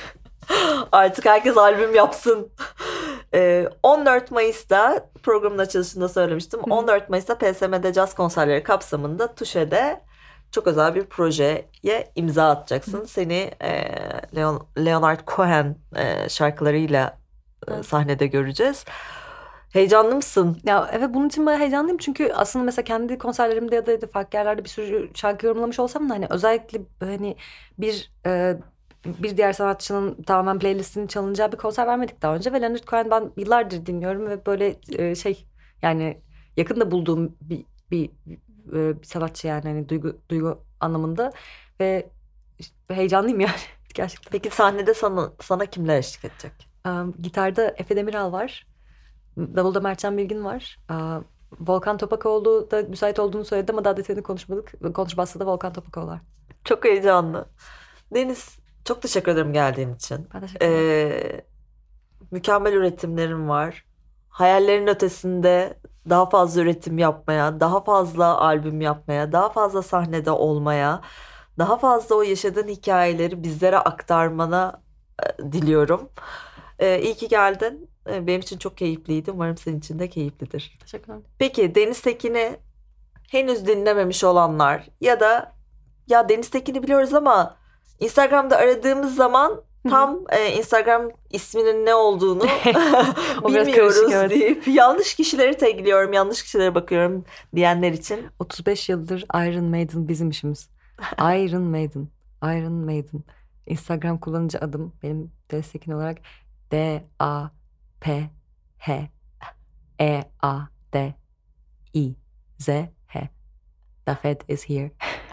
Artık herkes albüm yapsın. Ee, on dört Mayıs'ta programın açılışında söylemiştim. on dört Mayıs'ta P S M'de caz konserleri kapsamında Tuşe'de çok özel bir projeye imza atacaksın. Seni e, Leon, Leonard Cohen e, şarkılarıyla e, Evet. sahnede göreceğiz. Heyecanlı mısın? Ya evet, bunun için bayağı heyecanlıyım çünkü aslında mesela kendi konserlerimde ya da, ya da farklı yerlerde bir sürü şarkı yorumlamış olsam da hani özellikle hani bir e, bir diğer sanatçının tamamen playlistinin çalınacağı bir konser vermedik daha önce ve Leonard Cohen ben yıllardır dinliyorum ve böyle e, şey, yani yakında bulduğum bir bir, e, bir sanatçı, yani hani duygu duygu anlamında ve işte heyecanlıyım yani gerçekten. Peki sahnede sana, sana kimler eşlik edecek? Um, gitarda Efe Demiral var. Davulda Mertcan Bilgin var. Aa, Volkan Topakoğlu da müsait olduğunu söyledi ama daha detayını konuşmadık. Konuşmazsa da Volkan Topakoğlu var. Çok heyecanlı. Deniz, çok teşekkür ederim geldiğin için. Ben teşekkür ederim. Ee, mükemmel üretimlerin var. Hayallerin ötesinde daha fazla üretim yapmaya, daha fazla albüm yapmaya, daha fazla sahnede olmaya, daha fazla o yaşadığın hikayeleri bizlere aktarmana e, diliyorum. Ee, iyi ki geldin. Ee, benim için çok keyifliydi. Umarım senin için de keyiflidir. Teşekkür ederim. Peki Deniz Tekin'i henüz dinlememiş olanlar ya da ya Deniz Tekin'i biliyoruz ama Instagram'da aradığımız zaman tam e, Instagram isminin ne olduğunu O biraz bilmiyoruz karışık, evet. deyip yanlış kişileri tagliyorum, yanlış kişilere bakıyorum diyenler için. otuz beş yıldır Iron Maiden bizim işimiz. Iron Maiden. Iron Maiden. Instagram kullanıcı adım benim Destekin olarak D A P H E A D I Z H. The Fed is here.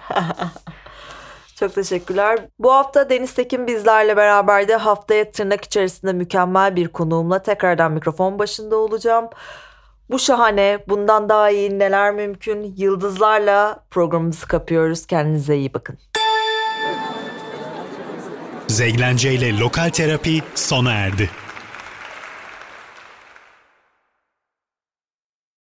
Çok teşekkürler. Bu hafta Deniz Tekin bizlerle beraberdi. Haftaya tırnak içerisinde mükemmel bir konuğumla tekrardan mikrofon başında olacağım. Bu şahane, bundan daha iyi neler mümkün? Yıldızlarla programımızı kapıyoruz. Kendinize iyi bakın. Zeglence ile Lokal Terapi sona erdi.